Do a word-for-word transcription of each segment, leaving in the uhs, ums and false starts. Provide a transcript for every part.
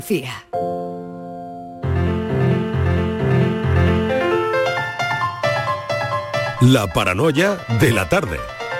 Fía. La paranoia de la tarde.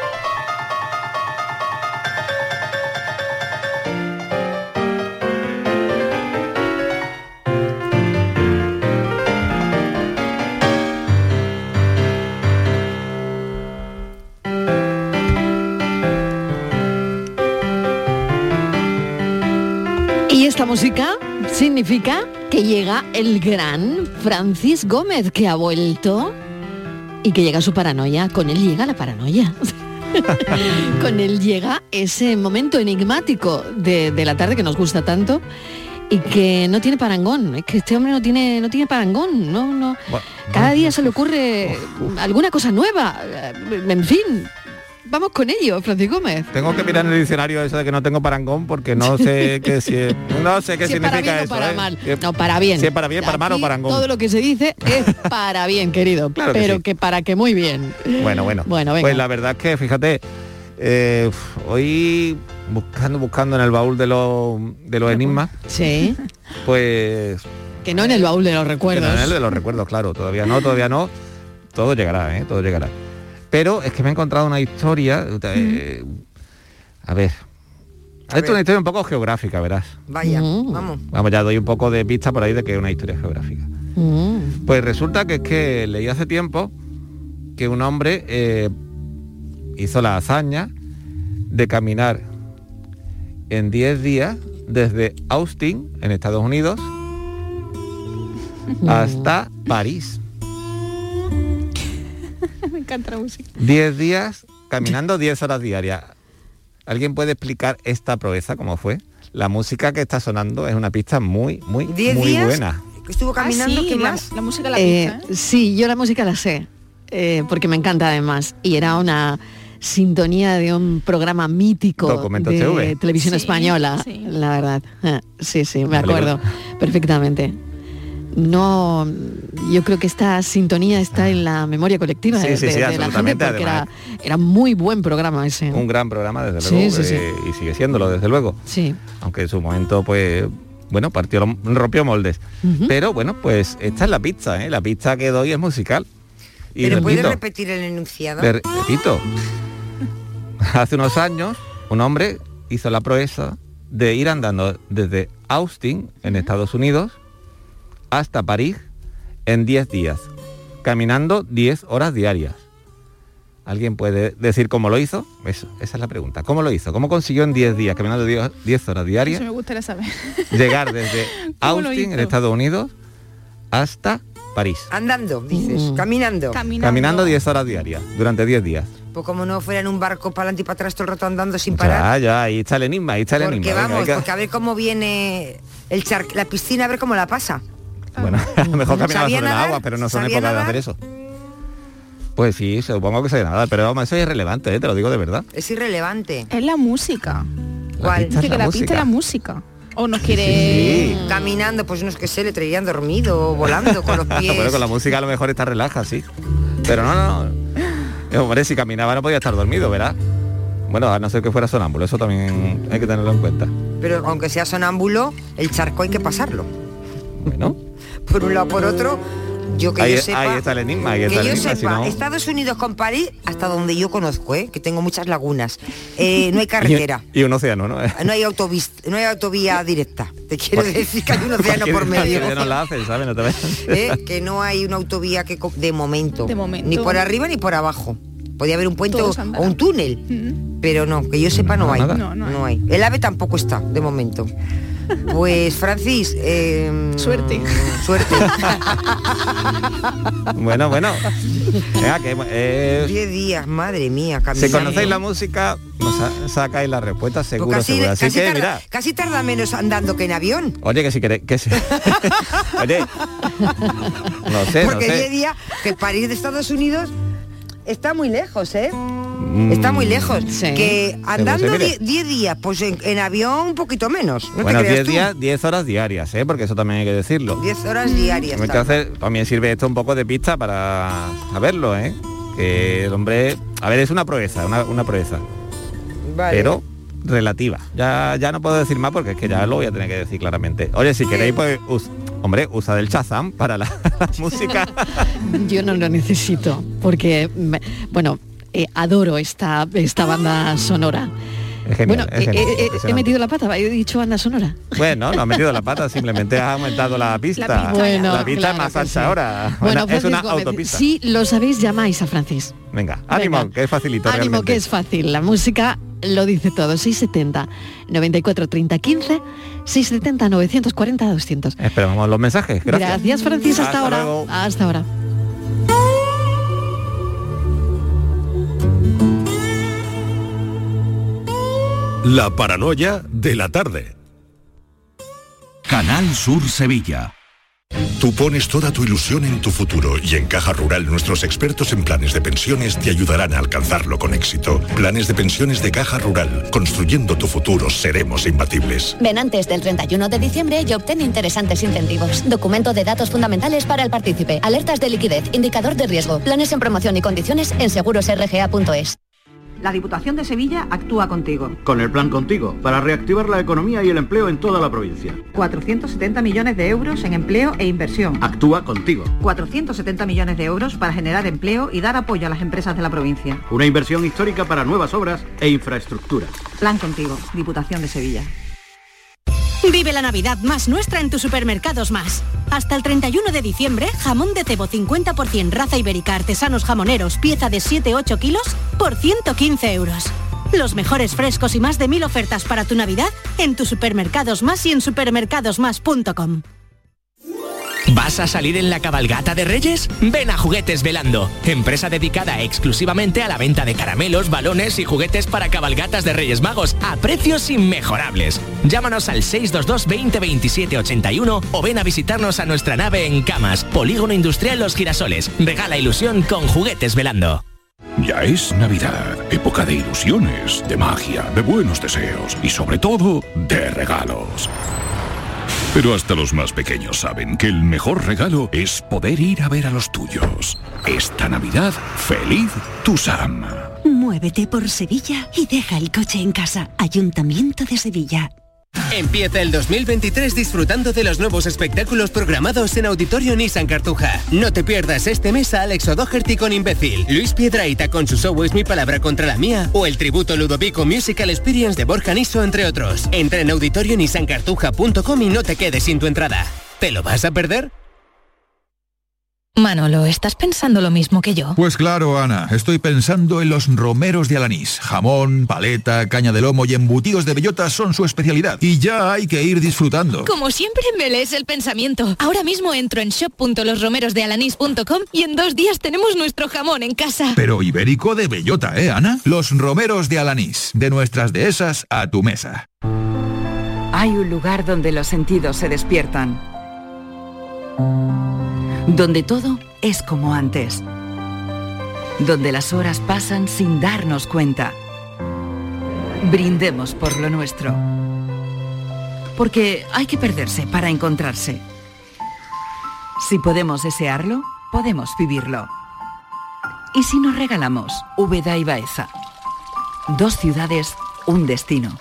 Y esta música significa que llega el gran Francis Gómez, que ha vuelto y que llega su paranoia. Con él llega la paranoia. Con él llega ese momento enigmático de, de la tarde que nos gusta tanto y que no tiene parangón. Es que este hombre no tiene, no tiene parangón. No, no. Bueno, Cada día se le ocurre alguna cosa nueva. En fin. Vamos con ello, Francis Gómez. Tengo que mirar en el diccionario eso de que no tengo parangón porque no sé qué si es, no sé qué si significa para bien eso. O para ¿eh? mal. Que, no, para bien. Si es para bien, para mal o parangón. Todo lo que se dice es para bien, querido. Claro que pero sí. que para que muy bien. Bueno, bueno. Bueno, venga. Pues la verdad es que, fíjate, eh, hoy buscando, buscando en el baúl de los de los enigmas, Sí. pues Que no en el baúl de los recuerdos. que no en el de los recuerdos, claro, todavía no, todavía no. Todo llegará, ¿eh? Todo llegará. Pero es que me he encontrado una historia. Eh, a ver. A Esto es ver. una historia un poco geográfica, verás. Vaya, Mm. vamos. Vamos, ya doy un poco de pista por ahí de que es una historia geográfica. Mm. Pues resulta que es que leí hace tiempo que un hombre eh, hizo la hazaña de caminar en diez días desde Austin, en Estados Unidos, hasta París. Me encanta la música. diez días caminando diez horas diarias. ¿Alguien puede explicar esta proeza cómo fue? La música que está sonando es una pista muy, muy, ¿Diez muy días? buena. Estuvo caminando, ah, sí, ¿qué la, más? la música la Eh, pista, ¿eh? sí, yo la música la sé, eh, porque me encanta además. Y era una sintonía de un programa mítico Documento de T V. televisión Sí, española, sí. la verdad. Ah, sí, sí, me Vale, acuerdo perfectamente. No, yo creo que esta sintonía está en la memoria colectiva Sí, de, sí, de- sí, de la gente, absolutamente, porque era, además. era muy buen programa ese. Un gran programa, desde Sí, luego, sí, sí. eh, y sigue siéndolo, desde luego. Sí. Aunque en su momento, pues, bueno, partió, rompió moldes. Ujú. Pero bueno, pues esta es la pizza, ¿eh? La pizza que doy es musical. Y Pero puedes repito, repetir el enunciado. le re- repito, hace unos años un hombre hizo la proeza de ir andando desde Austin, en Estados Unidos, hasta París en diez días, caminando diez horas diarias. ¿Alguien puede decir cómo lo hizo? Eso, esa es la pregunta. ¿Cómo lo hizo? ¿Cómo consiguió en diez días, caminando diez horas diarias, Eso me gustaría saber. llegar desde ¿Cómo lo Austin, hizo? en Estados Unidos, hasta París? Andando, dices, Mm. caminando. Caminando. Caminando diez horas diarias, durante diez días. Pues como no fuera en un barco para adelante y para atrás todo el rato andando sin parar. Ya, ya, ahí está el enigma, ahí está el Porque enigma. Venga, vamos, hay que- porque a ver cómo viene el char la piscina, a ver cómo la pasa. Bueno, a lo mejor caminaba ¿Sabía sobre el nadar? agua, pero no son ¿Sabía épocas de nadar? hacer eso. Pues sí, supongo que sabía nada, pero vamos, eso es irrelevante, ¿eh? Te lo digo de verdad. Es irrelevante. Es la música. ¿Cuál? pista es Dice que la la, pista música. es la música. O nos quiere... Sí. Caminando, pues unos que sé, le traerían dormido o volando con los pies. Bueno, con la música a lo mejor está relaja, sí. Pero no, no, no. Eh, Hombre, si caminaba no podía estar dormido, ¿verdad? Bueno, a no ser que fuera sonámbulo, eso también hay que tenerlo en cuenta. Pero aunque sea sonámbulo, el charco hay que pasarlo. Bueno, Por un lado, por otro, yo que ahí, yo sepa... ahí está el enigma, ahí Que está el yo enigma, si sepa, no... Estados Unidos con París, hasta donde yo conozco, ¿eh? Que tengo muchas lagunas, eh, no hay carretera. Y, y un océano, ¿no? No hay autovis, no hay autovía directa. Te quiero decir que hay un océano por medio. Que no la hacen, ¿sabes? No te vayas. ¿Eh? Que no hay una autovía que co- de momento, De momento. ni por arriba ni por abajo. Podía haber un puente o, Todos o andarán. un túnel, Mm. pero no, que yo sepa no, No, hay. nada. No, no hay. No hay. El AVE tampoco está, de momento. Pues Francis, eh, Suerte. Suerte. Bueno, bueno. Venga, que, eh, Diez días, madre mía, si caminando. conocéis la música, nos sa- sacáis la respuesta Pues seguro, casi, seguro. Así casi que, tarda, mira, casi tarda menos andando que en avión. oye, que si queréis, que si... Oye, no sé, no Porque sé. diez días, que París de Estados Unidos está muy lejos, ¿eh? Mm, Está muy lejos. Sí. Que andando se mire. diez días, pues en, en avión un poquito menos. No Bueno, te creas diez tú. días, diez horas diarias, ¿eh? Porque eso también hay que decirlo. diez horas diarias. Hay que hacer- también sirve esto un poco de pista para saberlo, ¿eh? Que el hombre... A ver, es una proeza, una, una proeza. Vale. Pero relativa. Ya, ya no puedo decir más porque es que ya lo voy a tener que decir claramente. Oye, si queréis, pues, us, hombre, usa del Shazam para la, la música. Yo no lo necesito, porque, bueno, eh, adoro esta, esta banda sonora. Es genial, bueno, es genial, eh, eh, he metido la pata, he dicho banda sonora. Bueno, no has metido la pata, simplemente has aumentado la pista. La pista, bueno, la pista claro es más ancha sí. ahora. Bueno, Bueno, es una Gómez, autopista. si lo sabéis, llamáis a Francis. Venga, ánimo, Venga. que es facilito Ánimo, realmente. que es fácil. La música lo dice todo. seiscientos setenta, noventa y cuatro, treinta, quince, seiscientos setenta, novecientos cuarenta, doscientos. Esperamos los mensajes. Gracias. Gracias, Francis. Hasta, Hasta ahora. luego. Hasta ahora. La paranoia de la tarde. Canal Sur Sevilla. Tú pones toda tu ilusión en tu futuro y en Caja Rural nuestros expertos en planes de pensiones te ayudarán a alcanzarlo con éxito. Planes de pensiones de Caja Rural. Construyendo tu futuro seremos imbatibles. Ven antes del treinta y uno de diciembre y obtén interesantes incentivos. Documento de datos fundamentales para el partícipe. Alertas de liquidez. Indicador de riesgo. Planes en promoción y condiciones en seguros r g a punto es. La Diputación de Sevilla actúa contigo. Con el Plan Contigo, para reactivar la economía y el empleo en toda la provincia. cuatrocientos setenta millones de euros en empleo e inversión. Actúa contigo. cuatrocientos setenta millones de euros para generar empleo y dar apoyo a las empresas de la provincia. Una inversión histórica para nuevas obras e infraestructuras. Plan Contigo, Diputación de Sevilla. Vive la Navidad más nuestra en tus supermercados más. Hasta el treinta y uno de diciembre, jamón de cebo cincuenta por ciento raza ibérica artesanos jamoneros, pieza de siete a ocho kilos, por ciento quince euros. Los mejores frescos y más de mil ofertas para tu Navidad en tus supermercados más y en supermercados más punto com. ¿Vas a salir en la cabalgata de Reyes? Ven a Juguetes Velando, empresa dedicada exclusivamente a la venta de caramelos, balones y juguetes para cabalgatas de Reyes Magos a precios inmejorables. Llámanos al seis dos dos, veinte, veintisiete, ochenta y uno o ven a visitarnos a nuestra nave en Camas, Polígono Industrial Los Girasoles. Regala ilusión con Juguetes Velando. Ya es Navidad, época de ilusiones, de magia, de buenos deseos y sobre todo de regalos. Pero hasta los más pequeños saben que el mejor regalo es poder ir a ver a los tuyos. Esta Navidad, feliz Tusam. Muévete por Sevilla y deja el coche en casa. Ayuntamiento de Sevilla. Empieza el dos mil veintitrés disfrutando de los nuevos espectáculos programados en Auditorio Nissan Cartuja. No te pierdas este mes a Alex O'Doherty con Imbécil, Luis Piedrahita con su show Es mi palabra contra la mía o el tributo Ludovico Musical Experience de Borja Niso, entre otros. Entra en auditorio nissan cartuja punto com y no te quedes sin tu entrada. ¿Te lo vas a perder? Manolo, ¿estás pensando lo mismo que yo? Pues claro, Ana, estoy pensando en los romeros de Alanís. Jamón, paleta, caña de lomo y embutidos de bellota son su especialidad. Y ya hay que ir disfrutando. Como siempre me lees el pensamiento. Ahora mismo entro en shop punto los romeros de alanís punto com y en dos días tenemos nuestro jamón en casa. Pero ibérico de bellota, ¿eh, Ana? Los romeros de Alanís, de nuestras dehesas a tu mesa. Hay un lugar donde los sentidos se despiertan. Donde todo es como antes. Donde las horas pasan sin darnos cuenta. Brindemos por lo nuestro. Porque hay que perderse para encontrarse. Si podemos desearlo, podemos vivirlo. ¿Y si nos regalamos Úbeda y Baeza? Dos ciudades, un destino.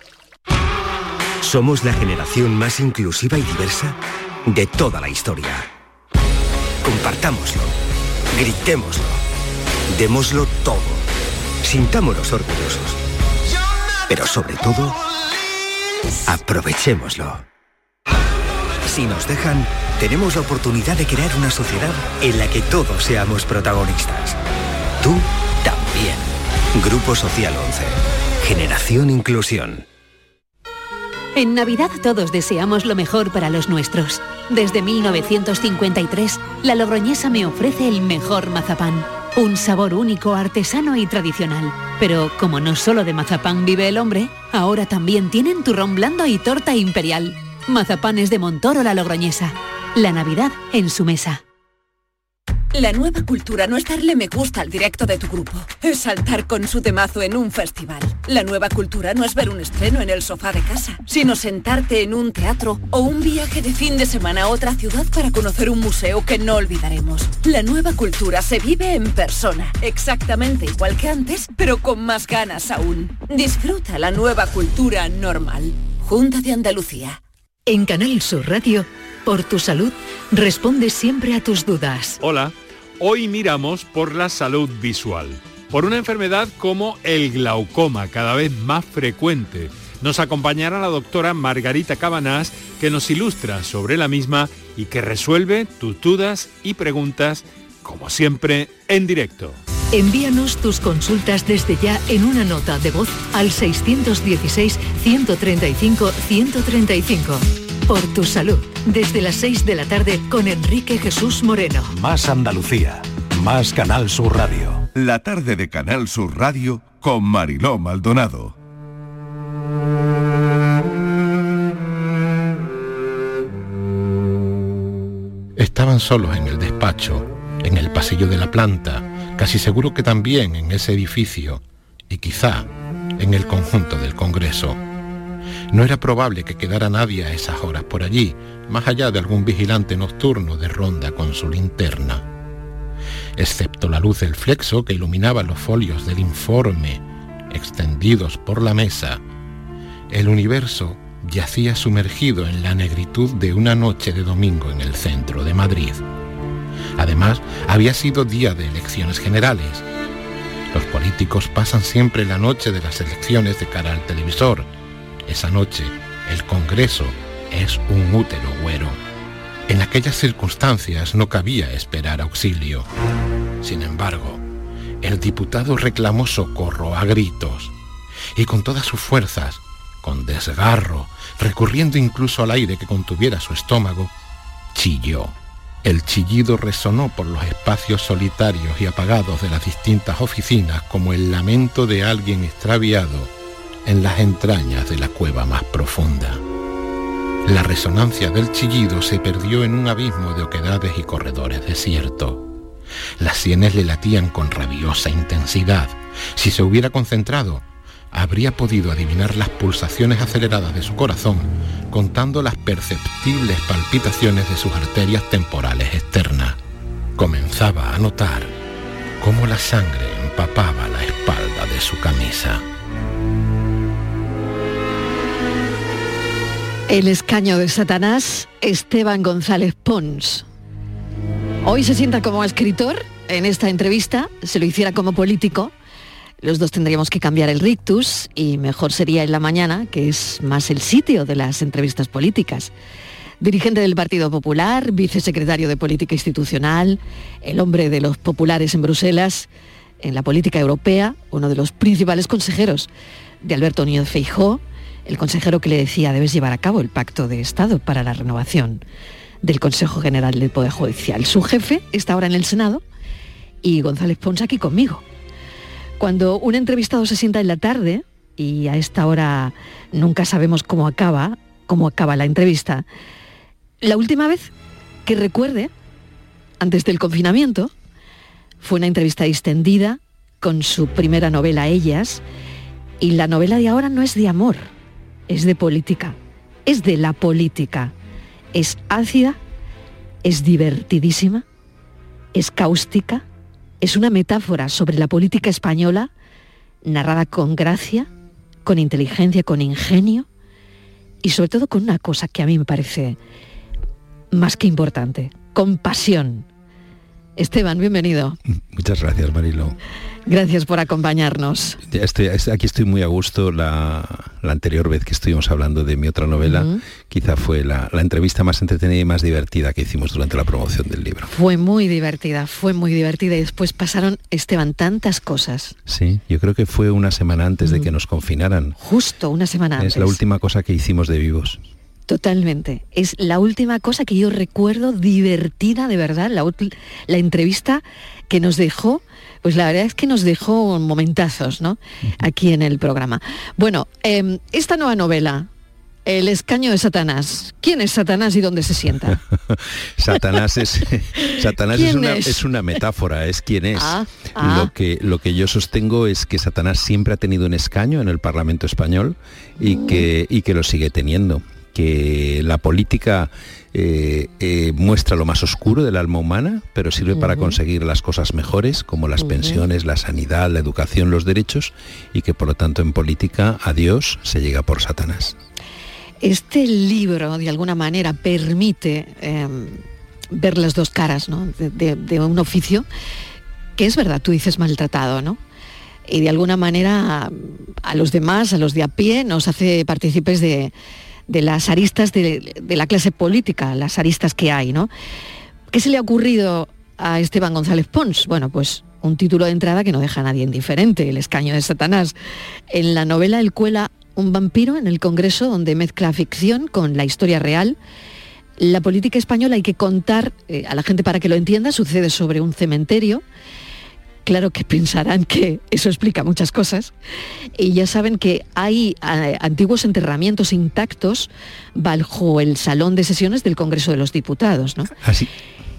Somos la generación más inclusiva y diversa de toda la historia. Compartámoslo, gritémoslo, démoslo todo, sintámonos orgullosos, pero sobre todo, aprovechémoslo. Si nos dejan, tenemos la oportunidad de crear una sociedad en la que todos seamos protagonistas. Tú también. Grupo Social once. Generación Inclusión. En Navidad todos deseamos lo mejor para los nuestros. Desde mil novecientos cincuenta y tres, la Logroñesa me ofrece el mejor mazapán. Un sabor único, artesano y tradicional. Pero como no solo de mazapán vive el hombre, ahora también tienen turrón blando y torta imperial. Mazapanes de Montoro La Logroñesa. La Navidad en su mesa. La nueva cultura no es darle me gusta al directo de tu grupo, es saltar con su temazo en un festival. La nueva cultura no es ver un estreno en el sofá de casa, sino sentarte en un teatro o un viaje de fin de semana a otra ciudad para conocer un museo que no olvidaremos. La nueva cultura se vive en persona, exactamente igual que antes, pero con más ganas aún. Disfruta la nueva cultura normal. Junta de Andalucía. En Canal Sur Radio, por tu salud, responde siempre a tus dudas. Hola, hoy miramos por la salud visual, por una enfermedad como el glaucoma, cada vez más frecuente. Nos acompañará la doctora Margarita Cabanás, que nos ilustra sobre la misma y que resuelve tus dudas y preguntas, como siempre, en directo. Envíanos tus consultas desde ya en una nota de voz al seiscientos dieciséis, ciento treinta y cinco, ciento treinta y cinco. Por tu salud, desde las seis de la tarde con Enrique Jesús Moreno. Más Andalucía, más Canal Sur Radio. La tarde de Canal Sur Radio con Mariló Maldonado. Estaban solos en el despacho, en el pasillo de la planta, casi seguro que también en ese edificio y quizá en el conjunto del Congreso. No era probable que quedara nadie a esas horas por allí, más allá de algún vigilante nocturno de ronda con su linterna. Excepto la luz del flexo que iluminaba los folios del informe extendidos por la mesa, el universo yacía sumergido en la negritud de una noche de domingo en el centro de Madrid. Además, había sido día de elecciones generales. Los políticos pasan siempre la noche de las elecciones de cara al televisor. Esa noche, el Congreso es un útero güero. En aquellas circunstancias no cabía esperar auxilio. Sin embargo, el diputado reclamó socorro a gritos y con todas sus fuerzas, con desgarro, recurriendo incluso al aire que contuviera su estómago, chilló. El chillido resonó por los espacios solitarios y apagados de las distintas oficinas como el lamento de alguien extraviado en las entrañas de la cueva más profunda. La resonancia del chillido se perdió en un abismo de oquedades y corredores desiertos. Las sienes le latían con rabiosa intensidad. Si se hubiera concentrado, habría podido adivinar las pulsaciones aceleradas de su corazón, contando las perceptibles palpitaciones de sus arterias temporales externas. Comenzaba a notar cómo la sangre empapaba la espalda de su camisa. El escaño de Satanás, Esteban González Pons. Hoy se sienta como escritor. En esta entrevista, si lo hiciera como político, los dos tendríamos que cambiar el rictus y mejor sería en la mañana, que es más el sitio de las entrevistas políticas. Dirigente del Partido Popular, vicesecretario de Política Institucional, el hombre de los populares en Bruselas, en la política europea, uno de los principales consejeros de Alberto Núñez Feijóo, el consejero que le decía: debes llevar a cabo el Pacto de Estado para la renovación del Consejo General del Poder Judicial. Su jefe está ahora en el Senado y González Pons aquí conmigo. Cuando un entrevistado se sienta en la tarde, y a esta hora nunca sabemos cómo acaba, cómo acaba la entrevista, la última vez que recuerde, antes del confinamiento, fue una entrevista extendida con su primera novela, Ellas, y la novela de ahora no es de amor, es de política, es de la política. Es ácida, es divertidísima, es cáustica, es una metáfora sobre la política española, narrada con gracia, con inteligencia, con ingenio y sobre todo con una cosa que a mí me parece más que importante, con pasión. Esteban, bienvenido. Muchas gracias, Mariló. Gracias por acompañarnos. Ya estoy, aquí estoy muy a gusto. La, la anterior vez que estuvimos hablando de mi otra novela, uh-huh. quizá fue la, la entrevista más entretenida y más divertida que hicimos durante la promoción del libro. Fue muy divertida, fue muy divertida y después pasaron, Esteban, tantas cosas. Sí, yo creo que fue una semana antes uh-huh. de que nos confinaran. Justo, una semana antes. Es la última cosa que hicimos de vivos. Totalmente. Es la última cosa que yo recuerdo divertida, de verdad, la, la entrevista que nos dejó, pues la verdad es que nos dejó momentazos, ¿no? Aquí en el programa. Bueno, eh, esta nueva novela, El escaño de Satanás. ¿Quién es Satanás y dónde se sienta? Satanás es Satanás es una, es? es una metáfora, es quien es. Ah, ah. Lo que lo que yo sostengo es que Satanás siempre ha tenido un escaño en el Parlamento español y Mm. que y que lo sigue teniendo. Que la política eh, eh, muestra lo más oscuro del alma humana, pero sirve uh-huh. para conseguir las cosas mejores, como las uh-huh. pensiones, la sanidad, la educación, los derechos, y que por lo tanto en política a Dios se llega por Satanás. Este libro, de alguna manera, permite eh, ver las dos caras, ¿no?, de, de, de un oficio que es verdad, tú dices maltratado, ¿no? Y de alguna manera a, a los demás, a los de a pie, nos hace partícipes de... de las aristas de, de la clase política, las aristas que hay, ¿no? ¿Qué se le ha ocurrido a Esteban González Pons? Bueno, pues un título de entrada que no deja a nadie indiferente, El escaño de Satanás. En la novela él cuela un vampiro en el Congreso donde mezcla ficción con la historia real. La política española, hay que contar eh, a la gente para que lo entienda, sucede sobre un cementerio. Claro que pensarán que eso explica muchas cosas. Y ya saben que hay eh, antiguos enterramientos intactos bajo el salón de sesiones del Congreso de los Diputados, ¿no? Así.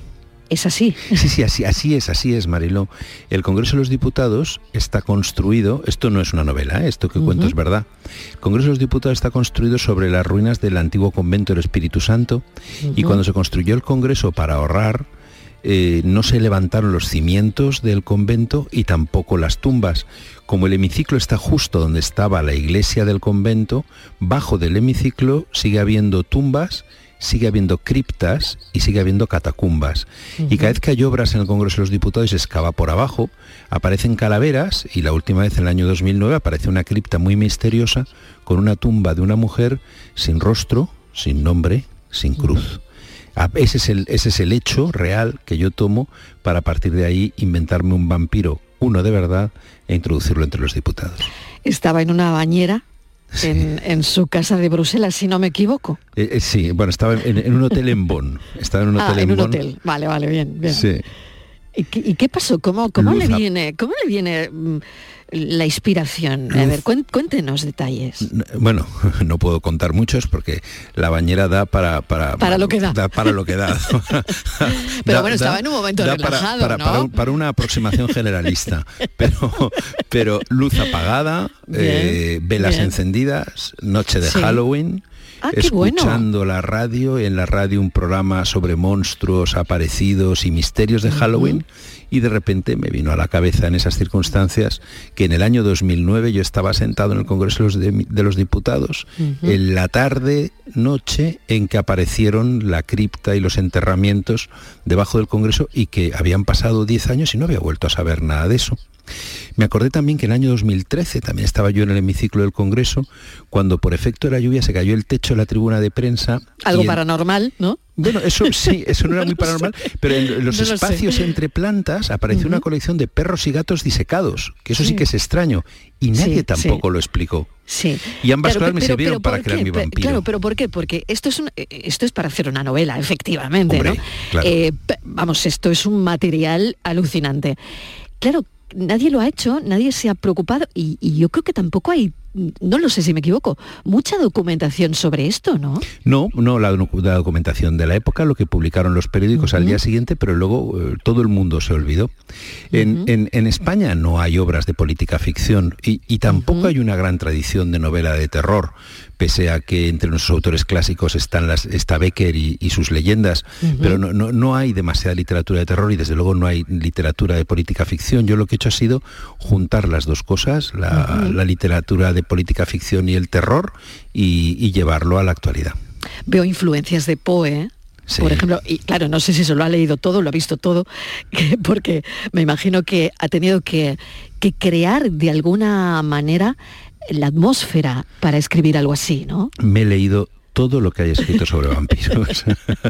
Es así. Sí, sí, así, así es, así es, Mariló. El Congreso de los Diputados está construido, esto no es una novela, ¿eh? Esto que uh-huh. cuento es verdad. El Congreso de los Diputados está construido sobre las ruinas del antiguo convento del Espíritu Santo uh-huh. y cuando se construyó el Congreso para ahorrar, Eh, no se levantaron los cimientos del convento y tampoco las tumbas. Como el hemiciclo está justo donde estaba la iglesia del convento, bajo del hemiciclo sigue habiendo tumbas, sigue habiendo criptas y sigue habiendo catacumbas. Uh-huh. Y cada vez que hay obras en el Congreso de los Diputados y se excava por abajo, aparecen calaveras, y la última vez en el año dos mil nueve aparece una cripta muy misteriosa con una tumba de una mujer sin rostro, sin nombre, sin cruz. Ese es, el, ese es el hecho real que yo tomo para a partir de ahí inventarme un vampiro, uno de verdad, e introducirlo entre los diputados. Estaba en una bañera sí. en, en su casa de Bruselas, si no me equivoco. Eh, eh, sí, bueno, estaba en, en un hotel en Bonn. Estaba en un hotel ah, en, en un Bonn. hotel. Vale, vale, bien, bien. Sí. ¿Y qué, y qué pasó? ¿Cómo, cómo le viene, cómo le viene mm, la inspiración? A ver, cuéntenos detalles. Bueno, no puedo contar muchos porque la bañera da para... Para, para lo que da. da para lo que da. Pero da, bueno, estaba da, en un momento relajado, para, para, ¿no? Para, un, para una aproximación generalista. Pero, pero luz apagada, bien, eh, velas bien. encendidas, noche de sí. Halloween... Ah, escuchando bueno. la radio, en la radio un programa sobre monstruos, aparecidos y misterios de Halloween, uh-huh. y de repente me vino a la cabeza en esas circunstancias que en el año dos mil nueve yo estaba sentado en el Congreso de, de los Diputados, uh-huh. en la tarde, noche en que aparecieron la cripta y los enterramientos debajo del Congreso y que habían pasado diez años y no había vuelto a saber nada de eso. Me acordé también que en el año dos mil trece también estaba yo en el hemiciclo del Congreso cuando por efecto de la lluvia se cayó el techo de la tribuna de prensa. Algo en... paranormal, ¿no? Bueno, eso sí, eso no era muy paranormal, pero en los no espacios entre plantas apareció uh-huh. una colección de perros y gatos disecados, que eso sí, sí que es extraño, y nadie sí, tampoco sí. lo explicó. Sí. Y ambas claro, cosas me pero, sirvieron pero, para ¿por crear qué? mi vampiro. Claro, pero ¿por qué? Porque esto es un, esto es para hacer una novela, efectivamente, Hombre, ¿no? Claro. Eh, vamos, esto es un material alucinante. Claro, nadie lo ha hecho, nadie se ha preocupado y, y yo creo que tampoco hay, no lo sé si me equivoco, mucha documentación sobre esto, ¿no? No, no, la, la documentación de la época, lo que publicaron los periódicos uh-huh. al día siguiente, pero luego eh, todo el mundo se olvidó. En, uh-huh. en, en España no hay obras de política ficción y, y tampoco uh-huh. hay una gran tradición de novela de terror, pese a que entre nuestros autores clásicos están las, está Becker y, y sus leyendas, uh-huh. pero no, no, no hay demasiada literatura de terror y desde luego no hay literatura de política ficción. Yo lo que he hecho ha sido juntar las dos cosas, la, uh-huh. la literatura de política ficción y el terror, y, y llevarlo a la actualidad. Veo influencias de Poe, sí. por ejemplo, y claro, no sé si se lo ha leído todo, lo ha visto todo, que, porque me imagino que ha tenido que, que crear de alguna manera la atmósfera para escribir algo así, ¿no? Me he leído todo lo que hay escrito sobre vampiros.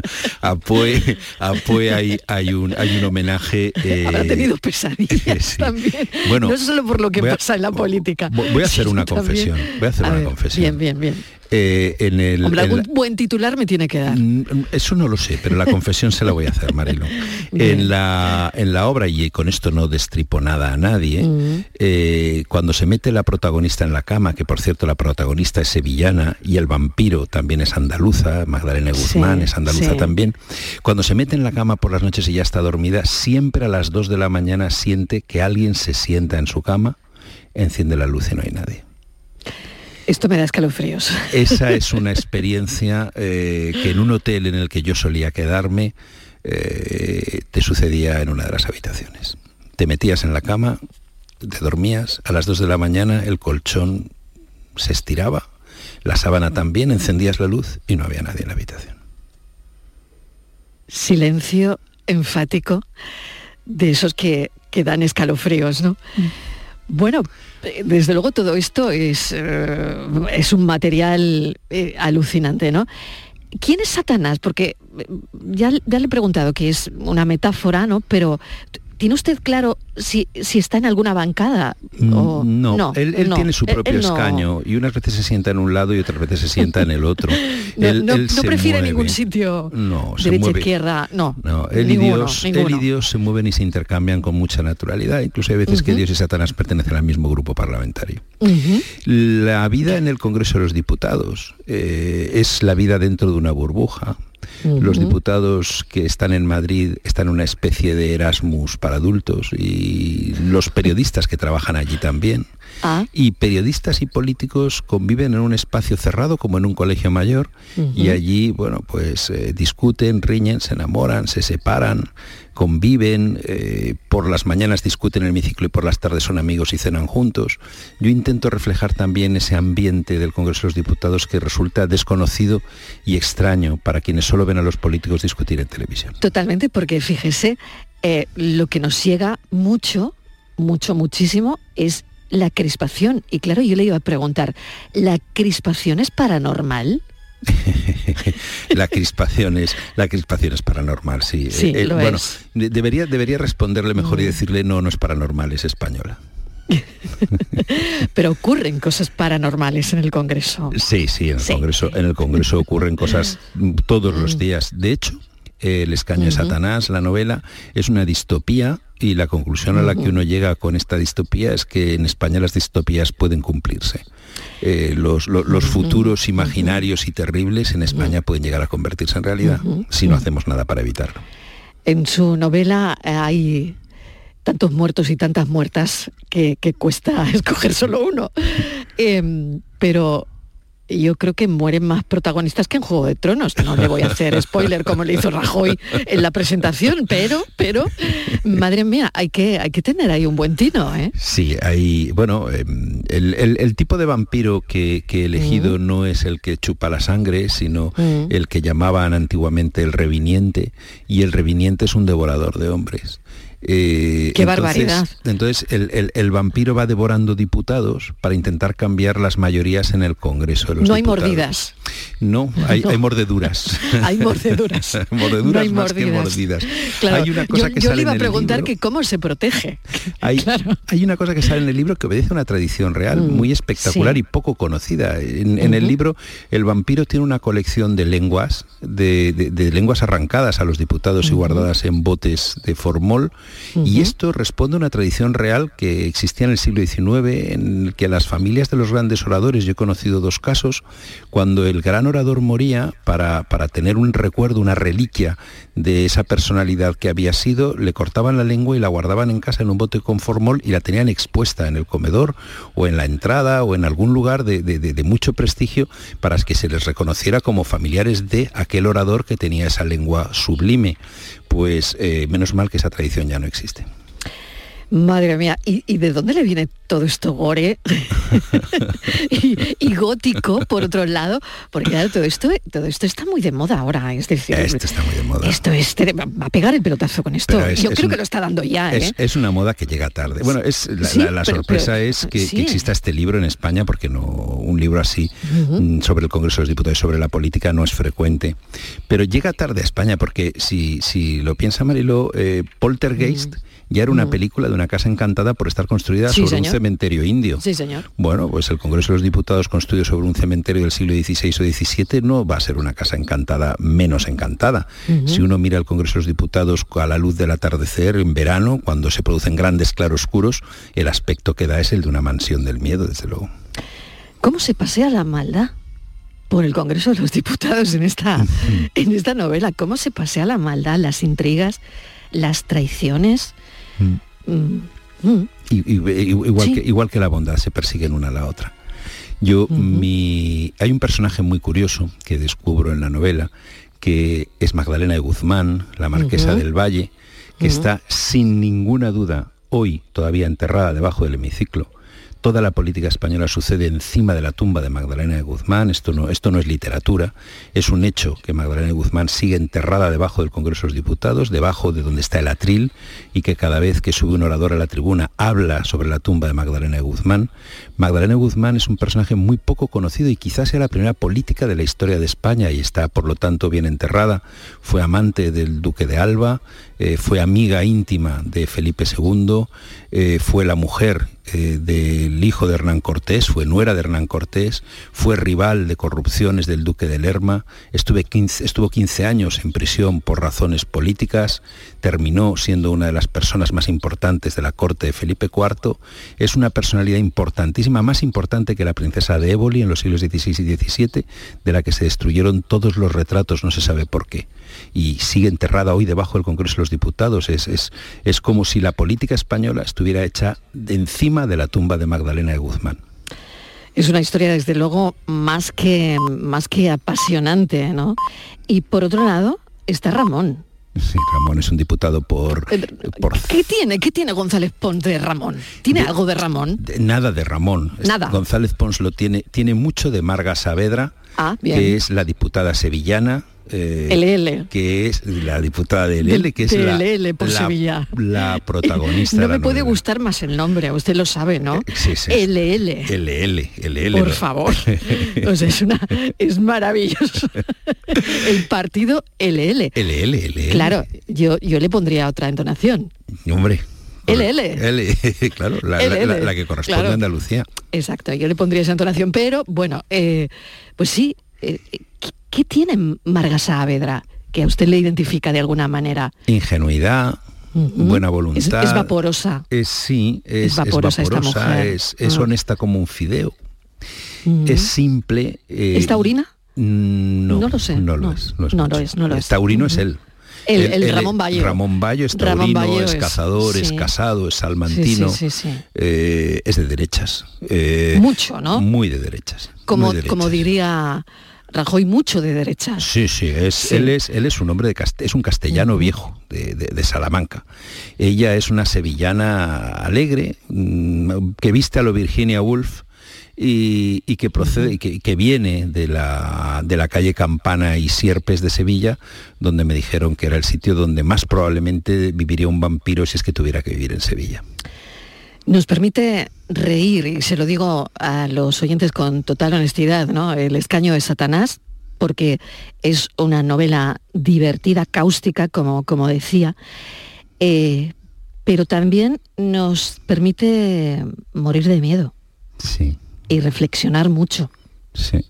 a Poe, a Poe hay, hay, un, hay un homenaje... Eh, Habrá tenido pesadillas sí. también. Bueno, no solo por lo que a, pasa en la política. Voy a hacer una confesión. Voy a hacer a una ver, confesión. Bien, bien, bien. Eh, en el, Hombre, algún en la... buen titular me tiene que dar. Eso no lo sé, pero la confesión se la voy a hacer, Marilo. En la, en la obra, y con esto no destripo nada a nadie, mm. eh, cuando se mete la protagonista en la cama, que por cierto la protagonista es sevillana y el vampiro también es andaluza, Magdalena Guzmán sí, es andaluza sí. también, cuando se mete en la cama por las noches y ya está dormida, siempre a las dos de la mañana siente que alguien se sienta en su cama, enciende la luz y no hay nadie. Esto me da escalofríos. Esa es una experiencia eh, que en un hotel en el que yo solía quedarme eh, te sucedía en una de las habitaciones. Te metías en la cama, te dormías, a las dos de la mañana el colchón se estiraba, la sábana también, encendías la luz y no había nadie en la habitación. Silencio enfático de esos que, que dan escalofríos, ¿no? Mm. Bueno, desde luego todo esto es, eh, es un material eh, alucinante, ¿no? ¿Quién es Satanás? Porque ya, ya le he preguntado que es una metáfora, ¿no? Pero ¿tiene usted claro si, si está en alguna bancada? O... No, no, él, él no, tiene su propio él, él escaño no. y unas veces se sienta en un lado y otras veces se sienta en el otro. no él, no, él no prefiere mueve. ningún sitio, no, derecha, mueve. izquierda, no. no él, ninguno, y Dios, ninguno. él y Dios se mueven y se intercambian con mucha naturalidad. Incluso hay veces uh-huh. que Dios y Satanás pertenecen al mismo grupo parlamentario. Uh-huh. La vida en el Congreso de los Diputados eh, es la vida dentro de una burbuja. Uh-huh. Los diputados que están en Madrid están en una especie de Erasmus para adultos y los periodistas que trabajan allí también. Ah. Y periodistas y políticos conviven en un espacio cerrado como en un colegio mayor uh-huh. y allí, bueno, pues eh, discuten, riñen, se enamoran, se separan, conviven, eh, por las mañanas discuten en el hemiciclo y por las tardes son amigos y cenan juntos. Yo intento reflejar también ese ambiente del Congreso de los Diputados que resulta desconocido y extraño para quienes solo ven a los políticos discutir en televisión. Totalmente, porque fíjese, eh, lo que nos llega mucho, mucho, muchísimo es la crispación. Y claro, yo le iba a preguntar, ¿la crispación es paranormal? la crispación es la crispación es paranormal, sí. Sí, eh, eh, lo bueno, es. debería debería responderle mejor mm. y decirle no, no es paranormal, es española. Pero ocurren cosas paranormales en el Congreso. Sí, sí, en el sí. Congreso, en el Congreso ocurren cosas todos los días. De hecho, El escaño de uh-huh. Satanás, la novela, es una distopía y la conclusión uh-huh. a la que uno llega con esta distopía es que en España las distopías pueden cumplirse. Eh, los, los, los futuros uh-huh. imaginarios y terribles en España uh-huh. pueden llegar a convertirse en realidad uh-huh. si no hacemos nada para evitarlo. En su novela hay tantos muertos y tantas muertas que, que cuesta escoger solo uno. Eh, pero yo creo que mueren más protagonistas que en Juego de Tronos. No le voy a hacer spoiler como le hizo Rajoy en la presentación, pero, pero, madre mía, hay que, hay que tener ahí un buen tino, ¿eh? Sí, hay, bueno, eh, el, el, el tipo de vampiro que, que he elegido mm. no es el que chupa la sangre, sino mm. el que llamaban antiguamente el reviniente, y el reviniente es un devorador de hombres. Eh, ¡Qué entonces, barbaridad! Entonces el, el, el vampiro va devorando diputados para intentar cambiar las mayorías en el Congreso de los no Diputados. No hay mordidas. No, hay, no. hay mordeduras. Hay mordeduras. mordeduras no hay más mordidas. que mordidas. Claro, hay una cosa yo, que yo sale le iba a preguntar en el libro, que cómo se protege. Hay, claro. hay una cosa que sale en el libro que obedece a una tradición real, mm, muy espectacular sí. y poco conocida. En, uh-huh. en el libro, el vampiro tiene una colección de lenguas, de, de, de lenguas arrancadas a los diputados uh-huh. y guardadas en botes de formol, uh-huh. y esto responde a una tradición real que existía en el siglo diecinueve, en el que las familias de los grandes oradores, yo he conocido dos casos, cuando el gran orador moría, para, para tener un recuerdo, una reliquia de esa personalidad que había sido, le cortaban la lengua y la guardaban en casa en un bote con formol y la tenían expuesta en el comedor o en la entrada o en algún lugar de, de, de, de mucho prestigio para que se les reconociera como familiares de aquel orador que tenía esa lengua sublime. Pues eh, menos mal que esa tradición ya no existe. Madre mía, ¿y, y de dónde le viene todo esto gore y, y gótico, por otro lado? Porque claro, todo esto, todo esto está muy de moda ahora, es decir... Esto está muy de moda. Esto es, va a pegar el pelotazo con esto. Es, Yo es creo un, que lo está dando ya, es, ¿eh? Es una moda que llega tarde. Bueno, es la, sí, la, la pero, sorpresa pero, es que, sí. que exista este libro en España, porque no un libro así uh-huh. sobre el Congreso de los Diputados y sobre la política no es frecuente. Pero llega tarde a España porque si, si lo piensa Mariló, eh, Poltergeist... Uh-huh. ya era una mm. película de una casa encantada por estar construida sí, sobre señor. un cementerio indio. Sí, señor. Bueno, pues el Congreso de los Diputados construido sobre un cementerio del siglo dieciséis o diecisiete no va a ser una casa encantada menos encantada. Uh-huh. Si uno mira el Congreso de los Diputados a la luz del atardecer en verano, cuando se producen grandes claroscuros, el aspecto que da es el de una mansión del miedo, desde luego. ¿Cómo se pasea la maldad por el Congreso de los Diputados en esta, en esta novela? ¿Cómo se pasea la maldad, las intrigas, las traiciones? Mm. Mm. Y, y, igual, sí. que, igual que la bondad, se persiguen una a la otra. Yo, uh-huh. mi... Hay un personaje muy curioso que descubro en la novela, que es Magdalena de Guzmán, la marquesa uh-huh. del Valle, que uh-huh. está sin ninguna duda hoy todavía enterrada debajo del hemiciclo. Toda la política española sucede encima de la tumba de Magdalena de Guzmán. Esto no, esto no es literatura, es un hecho que Magdalena de Guzmán sigue enterrada debajo del Congreso de los Diputados, debajo de donde está el atril, y que cada vez que sube un orador a la tribuna habla sobre la tumba de Magdalena de Guzmán. Magdalena de Guzmán es un personaje muy poco conocido y quizás sea la primera política de la historia de España y está, por lo tanto, bien enterrada. Fue amante del duque de Alba, eh, fue amiga íntima de Felipe segundo, eh, fue la mujer Eh, del hijo de Hernán Cortés, fue nuera de Hernán Cortés, fue rival de corrupciones del duque de Lerma, estuve quince, estuvo quince años en prisión por razones políticas, terminó siendo una de las personas más importantes de la corte de Felipe cuarto, es una personalidad importantísima, más importante que la princesa de Éboli en los siglos dieciséis y diecisiete, de la que se destruyeron todos los retratos, no se sabe por qué, y sigue enterrada hoy debajo del Congreso de los Diputados. Es, es, es como si la política española estuviera hecha de encima de la tumba de Magdalena de Guzmán. Es una historia, desde luego, más que, más que apasionante, ¿no? Y por otro lado está Ramón. Sí, Ramón es un diputado por... por... ¿Qué tiene? ¿Qué tiene González Pons de Ramón? ¿Tiene de, algo de Ramón? De, nada de Ramón. Nada. González Pons lo tiene, tiene mucho de Marga Saavedra, ah, bien. que es la diputada sevillana. Eh, L L. Que es la diputada de L L, que es la, L L por la, Sevilla. la protagonista. No de la me puede novela. gustar más el nombre, usted lo sabe, ¿no? Eh, sí, sí. L L. L L, L L. Por favor. O sea, es una es maravilloso. El partido L L. L L, L L. Claro, yo, yo le pondría otra entonación. Hombre. L L. L, claro, la, L L. La, la, la que corresponde claro. a Andalucía. Exacto, yo le pondría esa entonación, pero bueno, eh, pues sí, eh, ¿qué, ¿qué tiene Marga Saavedra que a usted le identifica de alguna manera? Ingenuidad, uh-huh. buena voluntad. Es, es vaporosa. Es, sí, es, es vaporosa, es, vaporosa, esta mujer. es, es uh-huh. honesta como un fideo. Uh-huh. Es simple. Eh, ¿Es taurina? No, no lo sé. No lo no, es. No, es no lo es, no lo es. Taurino uh-huh. es él. El, el, el el Ramón Bayo. Ramón Bayo es taurino, Ramón Bayo es cazador, es, es sí. casado, es salmantino, sí, sí, sí, sí. Eh, es de derechas. Eh, Mucho, ¿no? Muy de derechas. Como, muy de derechas. como diría Rajoy, mucho de derechas. Sí, sí, es, sí. Él, es, él es un hombre de cast- es un castellano uh-huh. viejo de, de, de Salamanca. Ella es una sevillana alegre, mmm, que viste a lo Virginia Woolf y, y que procede, uh-huh. que, que viene de la, de la calle Campana y Sierpes de Sevilla, donde me dijeron que era el sitio donde más probablemente viviría un vampiro si es que tuviera que vivir en Sevilla. Nos permite reír, y se lo digo a los oyentes con total honestidad, ¿no? El escaño de Satanás, porque es una novela divertida, cáustica, como, como decía, eh, pero también nos permite morir de miedo. Sí. Y reflexionar mucho. Sí.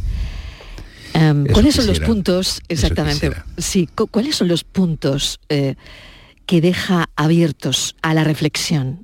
Um, ¿Cuáles quisiera. son los puntos, exactamente, sí, cu- cuáles son los puntos eh, que deja abiertos a la reflexión?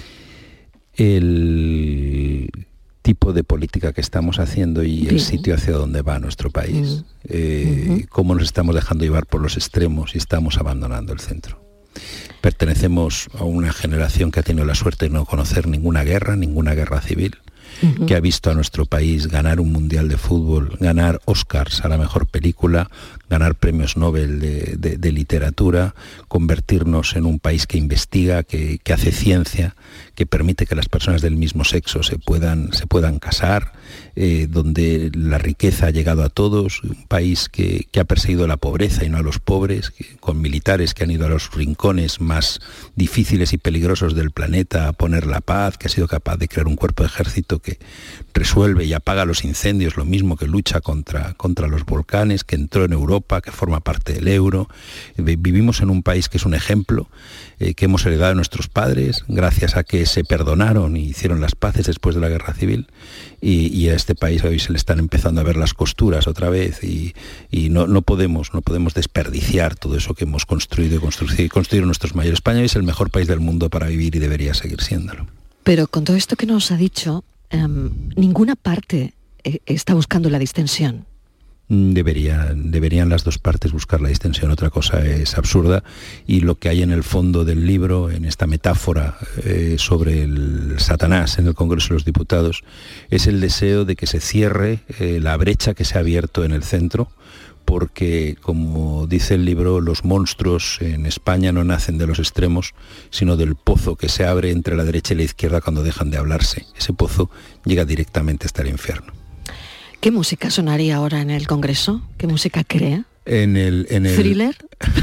El tipo de política que estamos haciendo y Bien. el sitio hacia donde va nuestro país. Mm. Eh, uh-huh. Cómo nos estamos dejando llevar por los extremos y estamos abandonando el centro. Pertenecemos a una generación que ha tenido la suerte de no conocer ninguna guerra, ninguna guerra civil, uh-huh. que ha visto a nuestro país ganar un mundial de fútbol, ganar Oscars a la mejor película, ganar premios Nobel de, de, de literatura, convertirnos en un país que investiga, que, que hace ciencia, que permite que las personas del mismo sexo se puedan, se puedan casar, eh, donde la riqueza ha llegado a todos, un país que, que ha perseguido la pobreza y no a los pobres, que, con militares que han ido a los rincones más difíciles y peligrosos del planeta a poner la paz, que ha sido capaz de crear un cuerpo de ejército que resuelve y apaga los incendios, lo mismo que lucha contra, contra los volcanes, que entró en Europa, que forma parte del euro. Vivimos en un país que es un ejemplo, eh, que hemos heredado de nuestros padres, gracias a que se perdonaron y hicieron las paces después de la guerra civil, y, y a este país hoy se le están empezando a ver las costuras otra vez, y, y no, no, podemos, no podemos desperdiciar todo eso que hemos construido y construido, construido nuestros mayores. España es el mejor país del mundo para vivir y debería seguir siéndolo. Pero con todo esto que nos ha dicho, eh, ninguna parte eh, está buscando la distensión. Debería, deberían las dos partes buscar la distensión, otra cosa es absurda, y lo que hay en el fondo del libro, en esta metáfora eh, sobre el Satanás en el Congreso de los Diputados, es el deseo de que se cierre eh, la brecha que se ha abierto en el centro, porque, como dice el libro, los monstruos en España no nacen de los extremos, sino del pozo que se abre entre la derecha y la izquierda cuando dejan de hablarse. Ese pozo llega directamente hasta el infierno. ¿Qué música sonaría ahora en el Congreso? ¿Qué música crea? En el, en el... ¿Thriller?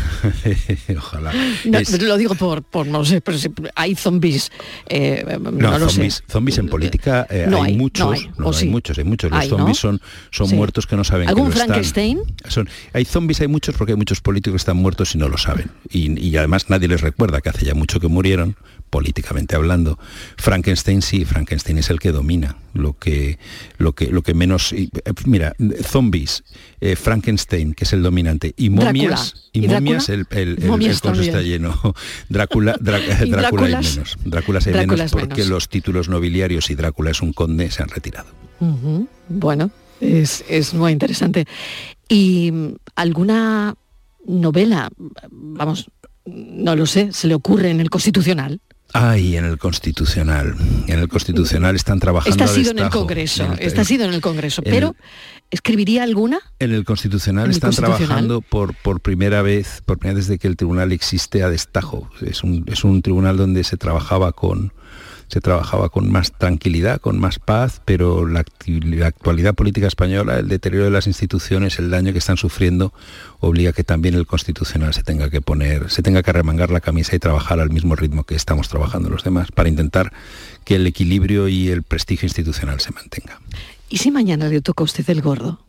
Ojalá. No, es... Lo digo por, por, no sé, pero si hay zombies. Eh, no, no lo zombies, sé. zombies en política eh, no hay, hay muchos, no hay, no, hay sí. muchos, hay muchos. Los hay, zombies ¿no? son, son sí. muertos que no saben que lo ¿Algún están. Frankenstein? Son, hay zombies, hay muchos porque hay muchos políticos que están muertos y no lo saben. Y, y además nadie les recuerda que hace ya mucho que murieron, políticamente hablando. Frankenstein sí, Frankenstein es el que domina. Lo que, lo que, lo que menos... Mira, zombies, eh, Frankenstein, que es el dominante, y momias, y, y momias el, el, el, momias el conso está lleno. Drácula, Drá, Drácula hay menos. Drácula hay menos porque menos. Los títulos nobiliarios y Drácula es un conde se han retirado. Uh-huh. Bueno, es, es muy interesante. ¿Y alguna novela, vamos, no lo sé, se le ocurre en el Constitucional? Ay, en el Constitucional. En el Constitucional están trabajando. Esta ha sido en el Congreso, en el, esta ha sido en el Congreso, pero el, ¿escribiría alguna? En el Constitucional ¿En el están Constitucional? trabajando por, por primera vez, por primera vez desde que el tribunal existe a destajo. Es un, es un tribunal donde se trabajaba con se trabajaba con más tranquilidad, con más paz, pero la, la actualidad política española, el deterioro de las instituciones, el daño que están sufriendo, obliga a que también el Constitucional se tenga que poner, se tenga que remangar la camisa y trabajar al mismo ritmo que estamos trabajando los demás, para intentar que el equilibrio y el prestigio institucional se mantenga. ¿Y si mañana le toca a usted el gordo?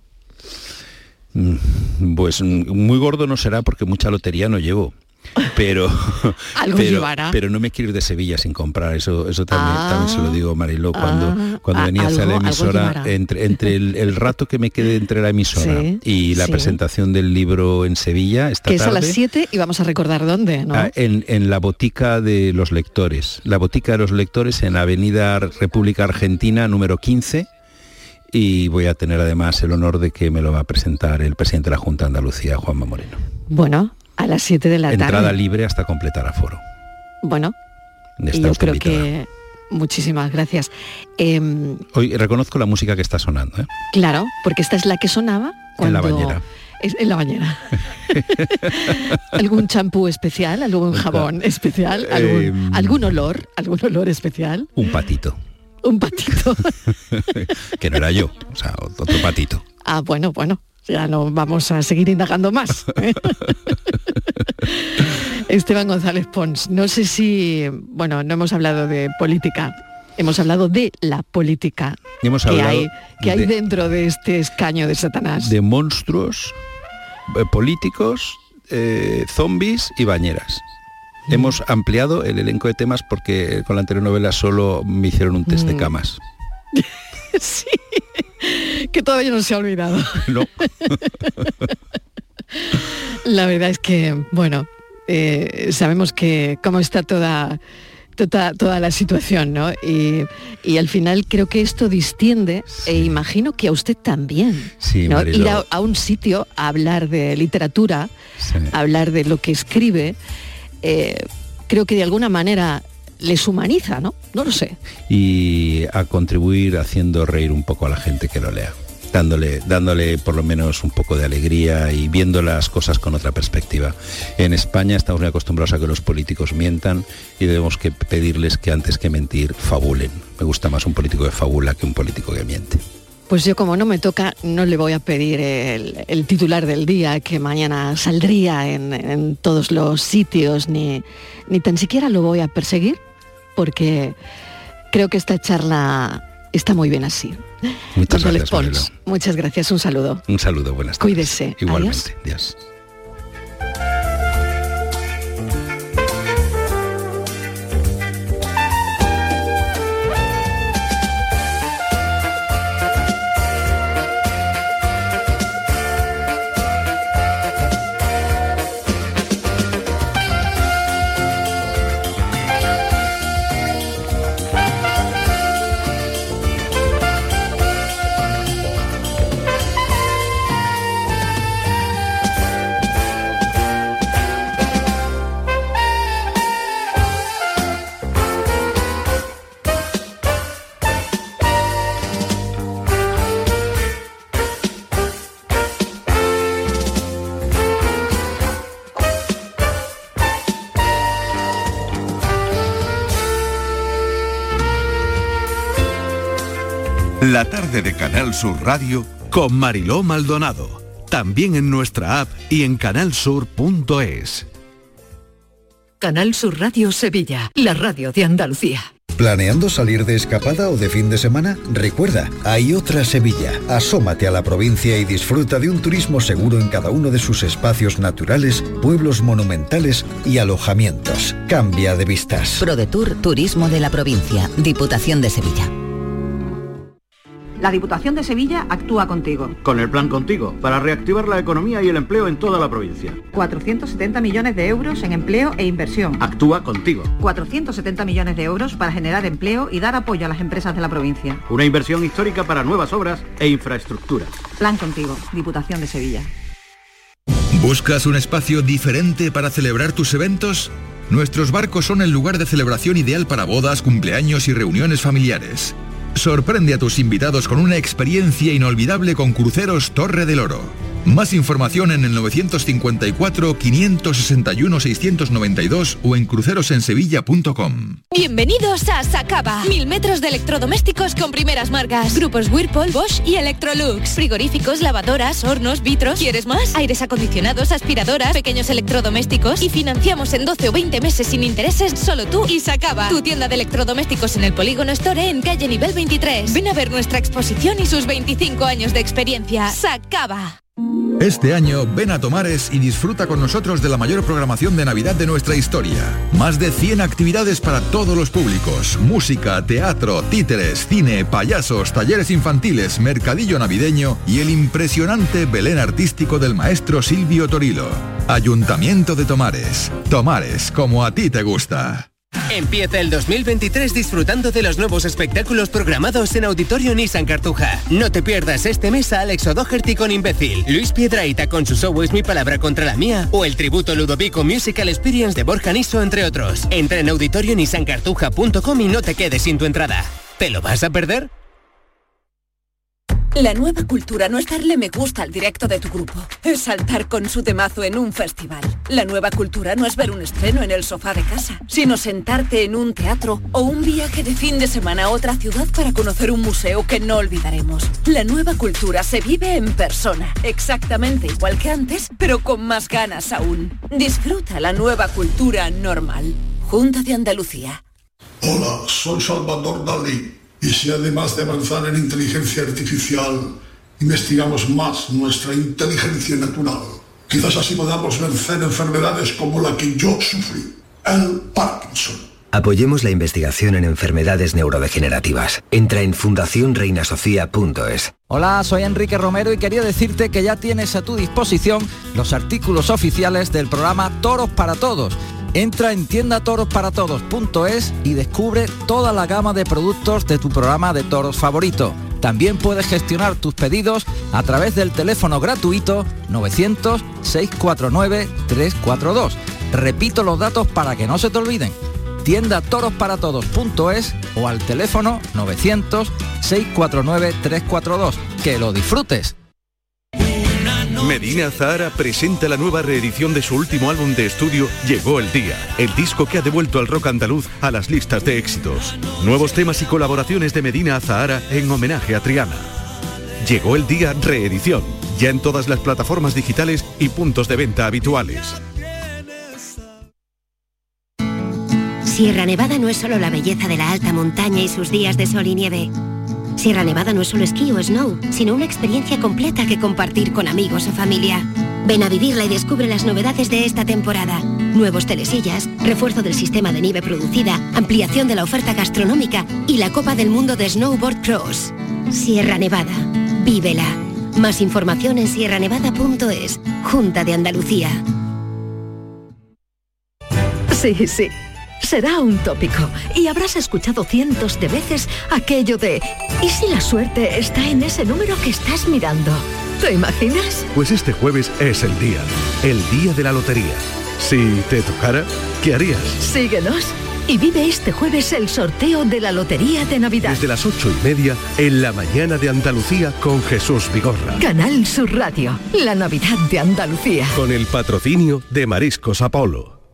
Pues muy gordo no será porque mucha lotería no llevo. Pero, ¿Algo pero, llevará? pero no me quiero ir de Sevilla sin comprar, eso, eso también, ah, también se lo digo, Mariló, cuando, ah, cuando ah, venía hacia la emisora, entre, entre el, el rato que me quede entre la emisora sí, y la sí. presentación del libro en Sevilla, esta que tarde, es a las siete y vamos a recordar dónde, ¿no? Ah, en, en la botica de los lectores, la botica de los lectores en Avenida República Argentina, número quince, y voy a tener además el honor de que me lo va a presentar el presidente de la Junta de Andalucía, Juanma Moreno. Bueno, a las siete de la tarde. Entrada libre hasta completar aforo. Bueno, y yo creo invitada. que... Muchísimas gracias. Eh, Hoy reconozco la música que está sonando, ¿eh? Claro, porque esta es la que sonaba cuando... En la bañera. Es, en la bañera. ¿Algún champú especial? ¿Algún jabón especial? ¿Algún, eh, ¿Algún olor? ¿Algún olor especial? Un patito. Un patito. Que no era yo, o sea, otro patito. Ah, bueno, bueno. Ya no vamos a seguir indagando más. ¿eh? Esteban González Pons, no sé si, bueno, no hemos hablado de política, hemos hablado de la política hemos que, hay, que de, hay dentro de este escaño de Satanás. De monstruos, eh, políticos, eh, zombies y bañeras. Mm. Hemos ampliado el elenco de temas porque con la anterior novela solo me hicieron un test mm. de camas. Sí, que todavía no se ha olvidado. No. La verdad es que, bueno, eh, sabemos que cómo está toda, toda, toda la situación, ¿no? Y, y al final creo que esto distiende, sí. E imagino que a usted también, sí, ¿no? Ir a, a un sitio a hablar de literatura, sí. A hablar de lo que escribe, eh, creo que de alguna manera les humaniza, ¿no? No lo sé. Y a contribuir haciendo reír un poco a la gente que lo lea, dándole, dándole por lo menos un poco de alegría y viendo las cosas con otra perspectiva. En España estamos muy acostumbrados a que los políticos mientan y debemos que pedirles que antes que mentir fabulen. Me gusta más un político que fabula que un político que miente. Pues yo, como no me toca, no le voy a pedir el, el titular del día, que mañana saldría en, en todos los sitios, ni, ni tan siquiera lo voy a perseguir, porque creo que esta charla está muy bien así. Muchas González gracias, Pons, Marilo. muchas gracias, un saludo. Un saludo, buenas tardes. Cuídese. Igualmente, Adiós. Adiós. La tarde de Canal Sur Radio con Mariló Maldonado. También en nuestra app y en canal sur punto es. Canal Sur Radio Sevilla, la radio de Andalucía. ¿Planeando salir de escapada o de fin de semana? Recuerda, hay otra Sevilla. Asómate a la provincia y disfruta de un turismo seguro en cada uno de sus espacios naturales, pueblos monumentales y alojamientos. Cambia de vistas. ProDetour Turismo de la Provincia, Diputación de Sevilla. La Diputación de Sevilla actúa contigo. Con el Plan Contigo, para reactivar la economía y el empleo en toda la provincia. cuatrocientos setenta millones de euros en empleo e inversión. Actúa contigo. cuatrocientos setenta millones de euros para generar empleo y dar apoyo a las empresas de la provincia. Una inversión histórica para nuevas obras e infraestructura. Plan Contigo, Diputación de Sevilla. ¿Buscas un espacio diferente para celebrar tus eventos? Nuestros barcos son el lugar de celebración ideal para bodas, cumpleaños y reuniones familiares. Sorprende a tus invitados con una experiencia inolvidable con Cruceros Torre del Oro. Más información en el novecientos cincuenta y cuatro, quinientos sesenta y uno, seiscientos noventa y dos o en crucerosensevilla punto com. Bienvenidos a Sacaba. Mil metros de electrodomésticos con primeras marcas. Grupos Whirlpool, Bosch y Electrolux. Frigoríficos, lavadoras, hornos, vitros. ¿Quieres más? Aires acondicionados, aspiradoras, pequeños electrodomésticos. Y financiamos en doce o veinte meses sin intereses solo tú y Sacaba. Tu tienda de electrodomésticos en el Polígono Store en calle Nivel veintitrés. Ven a ver nuestra exposición y sus veinticinco años de experiencia. Sacaba. Este año ven a Tomares y disfruta con nosotros de la mayor programación de Navidad de nuestra historia. Más de cien actividades para todos los públicos. Música, teatro, títeres, cine, payasos, talleres infantiles, mercadillo navideño y el impresionante Belén artístico del maestro Silvio Torilo. Ayuntamiento de Tomares. Tomares, como a ti te gusta. Empieza el dos mil veintitrés disfrutando de los nuevos espectáculos programados en Auditorio Nissan Cartuja. No te pierdas este mes a Alex O'Doherty con Imbécil, Luis Piedrahita con su show Es mi palabra contra la mía o el tributo Ludovico Musical Experience de Borja Niso, entre otros. Entra en auditorio nissan cartuja punto com y no te quedes sin tu entrada. ¿Te lo vas a perder? La nueva cultura no es darle me gusta al directo de tu grupo, es saltar con su temazo en un festival. La nueva cultura no es ver un estreno en el sofá de casa, sino sentarte en un teatro o un viaje de fin de semana a otra ciudad para conocer un museo que no olvidaremos. La nueva cultura se vive en persona, exactamente igual que antes, pero con más ganas aún. Disfruta la nueva cultura normal. Junta de Andalucía. Hola, soy Salvador Dalí. Y si además de avanzar en inteligencia artificial, investigamos más nuestra inteligencia natural, quizás así podamos vencer enfermedades como la que yo sufrí, el Parkinson. Apoyemos la investigación en enfermedades neurodegenerativas. Entra en fundación reina sofía punto es. Hola, soy Enrique Romero y quería decirte que ya tienes a tu disposición los artículos oficiales del programa Toros para Todos. Entra en tienda toros para todos punto es y descubre toda la gama de productos de tu programa de toros favorito. También puedes gestionar tus pedidos a través del teléfono gratuito novecientos, seiscientos cuarenta y nueve, trescientos cuarenta y dos. Repito los datos para que no se te olviden. Tienda toros para todos punto es o al teléfono novecientos, seiscientos cuarenta y nueve, trescientos cuarenta y dos. ¡Que lo disfrutes! Medina Zahara presenta la nueva reedición de su último álbum de estudio Llegó el Día, el disco que ha devuelto al rock andaluz a las listas de éxitos. Nuevos temas y colaboraciones de Medina Zahara en homenaje a Triana. Llegó el día reedición, ya en todas las plataformas digitales y puntos de venta habituales. Sierra Nevada no es solo la belleza de la alta montaña y sus días de sol y nieve. Sierra Nevada no es solo esquí o snow, sino una experiencia completa que compartir con amigos o familia. Ven a vivirla y descubre las novedades de esta temporada. Nuevos telesillas, refuerzo del sistema de nieve producida, ampliación de la oferta gastronómica y la Copa del Mundo de Snowboard Cross. Sierra Nevada, vívela. Más información en sierra nevada punto es. Junta de Andalucía. Sí, sí. Será un tópico y habrás escuchado cientos de veces aquello de ¿y si la suerte está en ese número que estás mirando? ¿Te imaginas? Pues este jueves es el día, el día de la lotería. Si te tocara, ¿qué harías? Síguenos y vive este jueves el sorteo de la Lotería de Navidad. Desde las ocho y media, en la mañana de Andalucía con Jesús Vigorra. Canal Sur Radio, la Navidad de Andalucía. Con el patrocinio de Mariscos Apolo.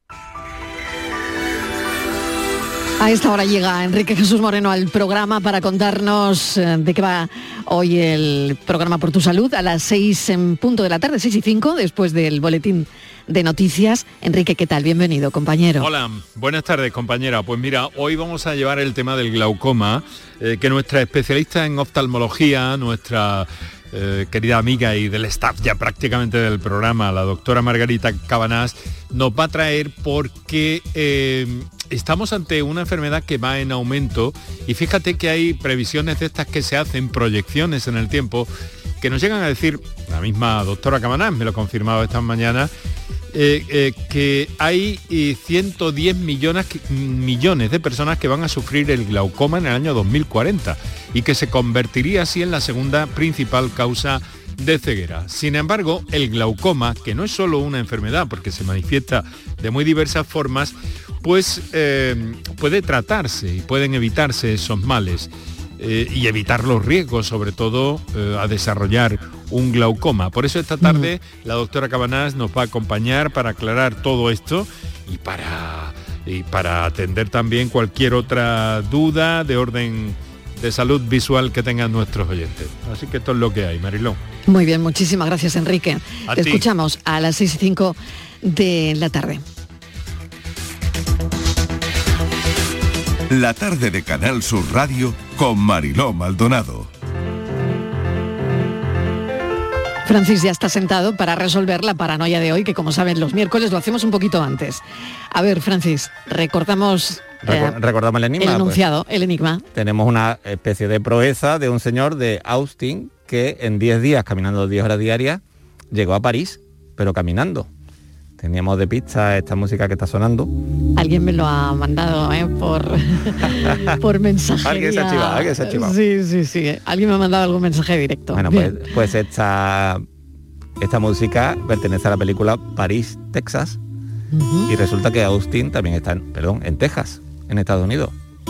A esta hora llega Enrique Jesús Moreno al programa para contarnos eh, de qué va hoy el programa Por tu Salud a las seis en punto de la tarde, seis y cinco, después del boletín de noticias. Enrique, ¿qué tal? Bienvenido, compañero. Hola, buenas tardes, compañera. Pues mira, hoy vamos a llevar el tema del glaucoma, eh, que nuestra especialista en oftalmología, nuestra eh, querida amiga y del staff ya prácticamente del programa, la doctora Margarita Cabanás, nos va a traer porque eh, estamos ante una enfermedad que va en aumento y fíjate que hay previsiones de estas que se hacen, proyecciones en el tiempo, que nos llegan a decir, la misma doctora Cabanás me lo ha confirmado esta mañana, eh, eh, que hay eh, ciento diez millones, millones de personas que van a sufrir el glaucoma en el año dos mil cuarenta y que se convertiría así en la segunda principal causa de ceguera. Sin embargo, el glaucoma, que no es solo una enfermedad porque se manifiesta de muy diversas formas, pues eh, puede tratarse y pueden evitarse esos males eh, y evitar los riesgos, sobre todo eh, a desarrollar un glaucoma. Por eso esta tarde mm. la doctora Cabanás nos va a acompañar para aclarar todo esto y para, y para atender también cualquier otra duda de orden de salud visual que tengan nuestros oyentes. Así que esto es lo que hay, Mariló. Muy bien, muchísimas gracias, Enrique. A Te ti. escuchamos a las seis y cinco de la tarde. La tarde de Canal Sur Radio con Mariló Maldonado. Francis ya está sentado para resolver la paranoia de hoy, que como saben los miércoles lo hacemos un poquito antes. A ver, Francis, recordamos Recor- eh, recordamos el enigma. el pues. enunciado, el enigma. Tenemos una especie de proeza de un señor de Austin que en diez días, caminando diez horas diarias, llegó a París, pero caminando. Teníamos de pista esta música que está sonando. Alguien me lo ha mandado eh, por, por mensaje. Alguien se ha chivado, alguien se ha chivado. Sí, sí, sí. Alguien me ha mandado algún mensaje directo. Bueno, pues, pues esta, esta música pertenece a la película París, Texas, uh-huh. y resulta que Austin también está en, perdón, en Texas, en Estados Unidos.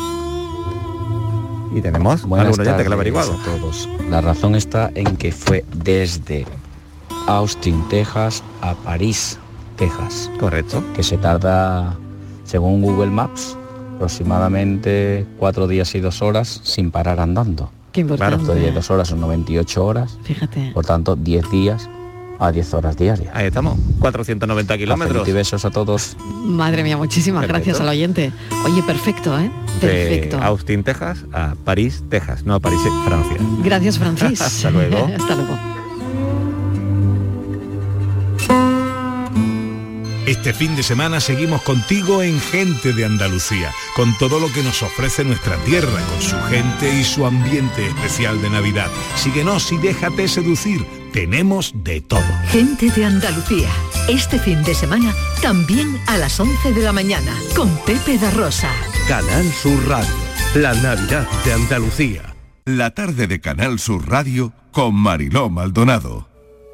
Y tenemos algún oyente que lo ha averiguado. A todos. La razón está en que fue desde Austin, Texas, a París, Texas. Correcto. Que se tarda, según Google Maps, aproximadamente cuatro días y dos horas sin parar andando. Qué importante. Cuatro días y dos horas son noventa y ocho horas. Fíjate. Por tanto, diez días a diez horas diarias. Ahí estamos, cuatrocientos noventa kilómetros. Y besos a todos. Madre mía, muchísimas Perfecto. gracias al oyente. Oye, perfecto, ¿eh? Perfecto. De Austin, Texas, a París, Texas. No, a París, Francia. Gracias, Francis. Hasta luego. Hasta luego. Este fin de semana seguimos contigo en Gente de Andalucía, con todo lo que nos ofrece nuestra tierra, con su gente y su ambiente especial de Navidad. Síguenos y déjate seducir, tenemos de todo. Gente de Andalucía, este fin de semana también a las once de la mañana, con Pepe da Rosa. Canal Sur Radio, la Navidad de Andalucía. La tarde de Canal Sur Radio con Mariló Maldonado.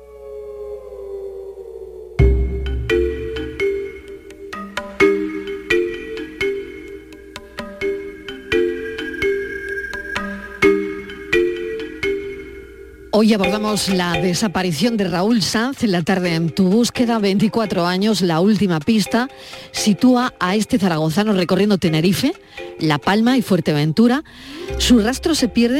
Hoy abordamos la desaparición de Raúl Sanz en la tarde en Tu Búsqueda, veinticuatro años, la última pista, sitúa a este zaragozano recorriendo Tenerife, La Palma y Fuerteventura. Su rastro se pierde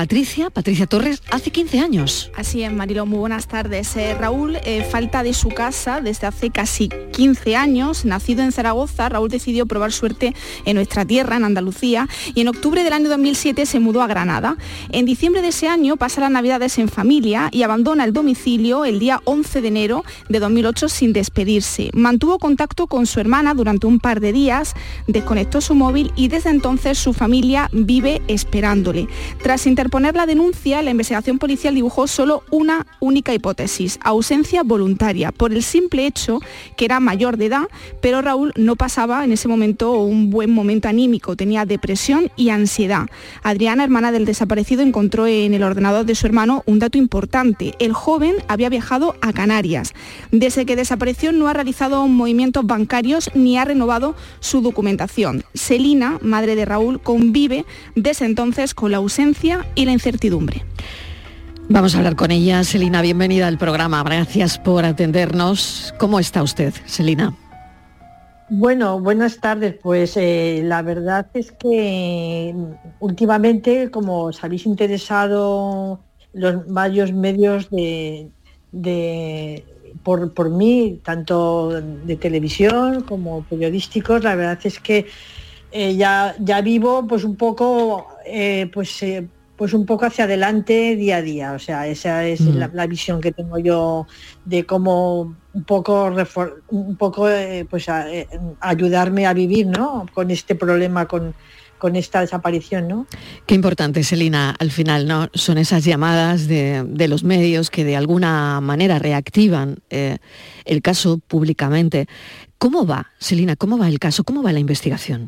Patricia, Patricia Torres, hace quince años. Así es, Mariló, muy buenas tardes. Eh, Raúl eh, falta de su casa desde hace casi quince años. Nacido en Zaragoza, Raúl decidió probar suerte en nuestra tierra, en Andalucía, y en octubre del año dos mil siete se mudó a Granada. En diciembre de ese año pasa las navidades en familia y abandona el domicilio el día once de enero de dos mil ocho sin despedirse. Mantuvo contacto con su hermana durante un par de días, desconectó su móvil y desde entonces su familia vive esperándole. Tras interponer la denuncia, la investigación policial dibujó solo una única hipótesis: ausencia voluntaria, por el simple hecho que era mayor de edad, pero Raúl no pasaba en ese momento un buen momento anímico, tenía depresión y ansiedad. Adriana, hermana del desaparecido, encontró en el ordenador de su hermano un dato importante: el joven había viajado a Canarias. Desde que desapareció no ha realizado movimientos bancarios ni ha renovado su documentación. Celina, madre de Raúl, convive desde entonces con la ausencia y la incertidumbre. Vamos a hablar con ella. Celina, bienvenida al programa. Gracias por atendernos. ¿Cómo está usted, Celina? Bueno, buenas tardes. Pues eh, la verdad es que últimamente, como os habéis interesado los varios medios de, de por, por mí, tanto de televisión como periodísticos, la verdad es que eh, ya, ya vivo pues un poco eh, pues eh, pues un poco hacia adelante día a día. O sea, esa es mm. la, la visión que tengo yo de cómo un poco refor- un poco eh, pues a, eh, ayudarme a vivir, ¿no?, con este problema, con, con esta desaparición, ¿no? Qué importante, Celina, al final, ¿no? Son esas llamadas de, de los medios que de alguna manera reactivan eh, el caso públicamente. ¿Cómo va, Celina? ¿Cómo va el caso? ¿Cómo va la investigación?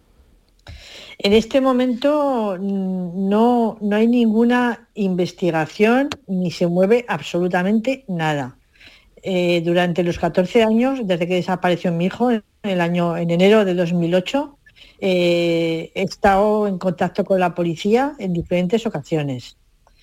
En este momento no, no hay ninguna investigación ni se mueve absolutamente nada. Eh, durante los catorce años, desde que desapareció mi hijo, en, el año, en enero de dos mil ocho, eh, he estado en contacto con la policía en diferentes ocasiones.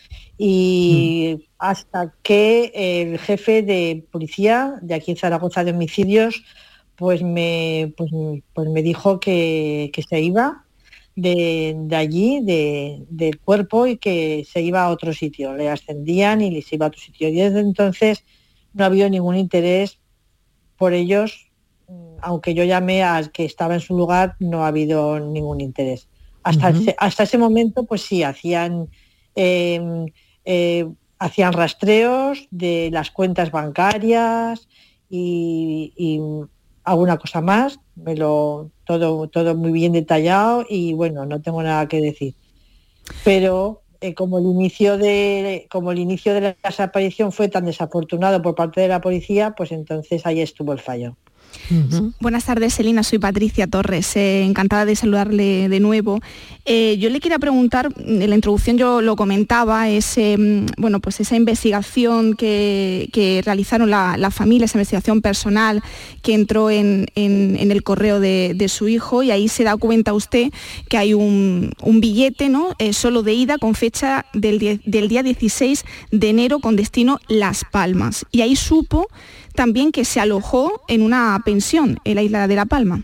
Y mm. hasta que el jefe de policía de aquí en Zaragoza de homicidios pues me, pues, pues me dijo que, que se iba De, de allí, de, del cuerpo, y que se iba a otro sitio, le ascendían y se iba a otro sitio. Y desde entonces no ha habido ningún interés por ellos, aunque yo llamé al que estaba en su lugar, no ha habido ningún interés. Hasta, uh-huh. ese, hasta ese momento, pues sí, hacían, eh, eh, hacían rastreos de las cuentas bancarias y, y alguna cosa más, me lo todo todo muy bien detallado y bueno, no tengo nada que decir. Pero eh, como el inicio de como el inicio de la desaparición fue tan desafortunado por parte de la policía, pues entonces ahí estuvo el fallo. Uh-huh. Buenas tardes, Celina, soy Patricia Torres, eh, encantada de saludarle de nuevo. Eh, yo le quería preguntar, en la introducción yo lo comentaba, ese, bueno, pues esa investigación que, que realizaron la, la familia, esa investigación personal que entró en, en, en el correo de, de su hijo, y ahí se da cuenta usted que hay un, un billete, ¿no?, eh, solo de ida con fecha del, die, del día dieciséis de enero con destino Las Palmas, y ahí supo también que se alojó en una pensión en la isla de La Palma.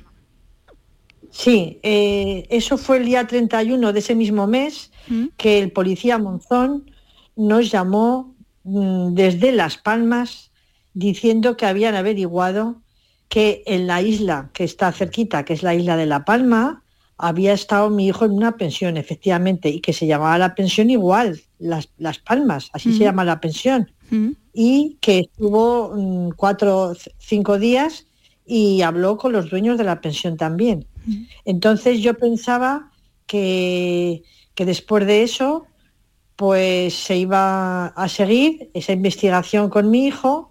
Sí, eh, eso fue el día treinta y uno de ese mismo mes ¿Mm? que el policía Monzón nos llamó mmm, desde Las Palmas diciendo que habían averiguado que en la isla que está cerquita, que es la isla de La Palma, había estado mi hijo en una pensión, efectivamente, y que se llamaba la pensión igual, Las, Las Palmas, así ¿Mm? se llama la pensión. ¿Mm? Y que estuvo mmm, cuatro, cinco días y habló con los dueños de la pensión también. ¿Mm? Entonces yo pensaba que, que después de eso pues se iba a seguir esa investigación con mi hijo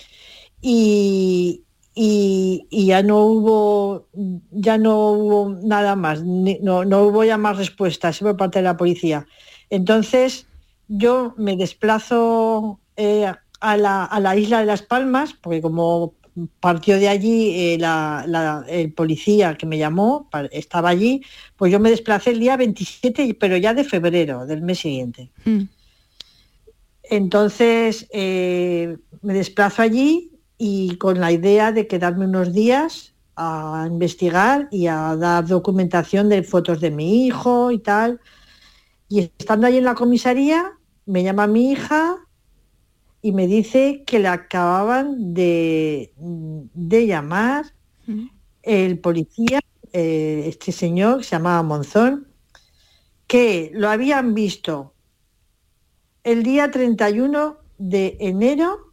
y, y, y ya no hubo ya no hubo nada más, no, no hubo ya más respuestas por parte de la policía. Entonces yo me desplazo eh, a, la, a la isla de Las Palmas, porque como partió de allí eh, la, la, el policía que me llamó, estaba allí, pues yo me desplacé el día veintisiete, pero ya de febrero del mes siguiente. Mm. Entonces eh, me desplazo allí y con la idea de quedarme unos días a investigar y a dar documentación de fotos de mi hijo y tal. Y estando ahí en la comisaría, me llama mi hija y me dice que le acababan de, de llamar el policía, eh, este señor que se llamaba Monzón, que lo habían visto el día treinta y uno de enero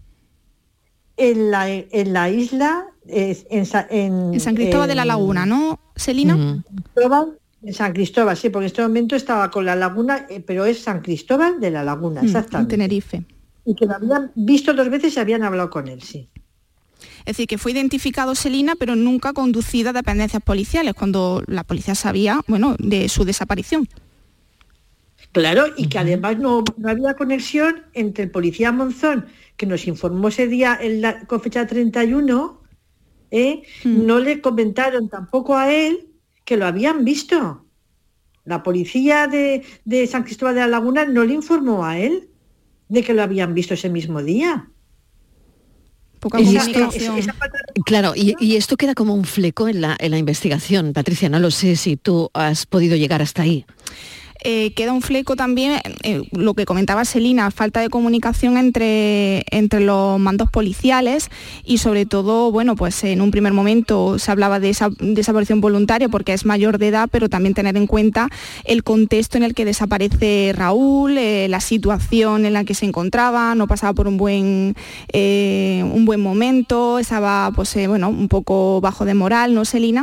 en la, en la isla, eh, en, en, en San Cristóbal en, de la Laguna, ¿no, Celina? Uh-huh. En San Cristóbal, sí, porque en este momento estaba con la Laguna, eh, pero es San Cristóbal de la Laguna, uh-huh. exactamente. En Tenerife. Y que lo habían visto dos veces y habían hablado con él, sí. Es decir, que fue identificado Celina, pero nunca conducido a dependencias policiales, cuando la policía sabía, bueno, de su desaparición. Claro, y que además no, no había conexión entre el policía Monzón, que nos informó ese día en la, con fecha treinta y uno, ¿eh? mm. no le comentaron tampoco a él que lo habían visto. La policía de, de San Cristóbal de la Laguna no le informó a él de que lo habían visto ese mismo día. Poca comunicación. Esa, esa, esa... Claro, y, y esto queda como un fleco en la, en la investigación. Patricia, no lo sé si tú has podido llegar hasta ahí. Eh, queda un fleco también, eh, lo que comentaba Celina, falta de comunicación entre, entre los mandos policiales y sobre todo, bueno, pues en un primer momento se hablaba de esa desaparición voluntaria porque es mayor de edad, pero también tener en cuenta el contexto en el que desaparece Raúl, eh, la situación en la que se encontraba, no pasaba por un buen, eh, un buen momento, estaba pues eh, bueno, un poco bajo de moral, ¿no, Celina?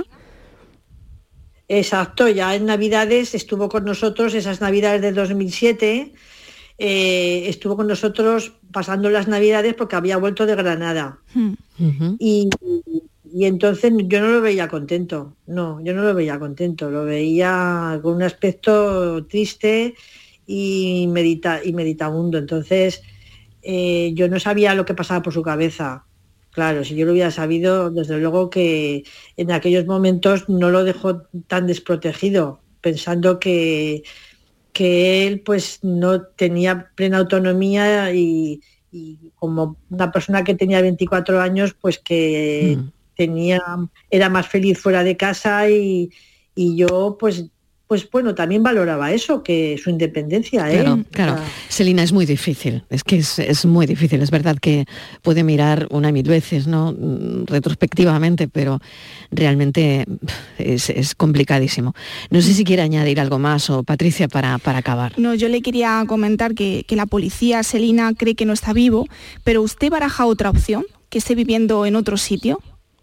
Exacto, ya en Navidades estuvo con nosotros, esas Navidades del dos mil siete, eh, estuvo con nosotros pasando las Navidades porque había vuelto de Granada. Uh-huh. y, y entonces yo no lo veía contento, no, yo no lo veía contento, lo veía con un aspecto triste y, medita, y meditabundo. Entonces eh, yo no sabía lo que pasaba por su cabeza. Claro, si yo lo hubiera sabido, desde luego que en aquellos momentos no lo dejó tan desprotegido, pensando que, que él pues no tenía plena autonomía y, y como una persona que tenía veinticuatro años, pues que mm. tenía, era más feliz fuera de casa y, y yo pues... pues bueno, también valoraba eso, que su independencia, ¿eh? Claro, claro. O sea... Celina, es muy difícil, es que es, es muy difícil, es verdad que puede mirar una y mil veces, ¿no? Retrospectivamente, pero realmente es, es complicadísimo. No sé si quiere añadir algo más, o Patricia, para, para acabar. No, yo le quería comentar que, que la policía, Celina, cree que no está vivo, pero ¿usted baraja otra opción? ¿Que esté viviendo en otro sitio?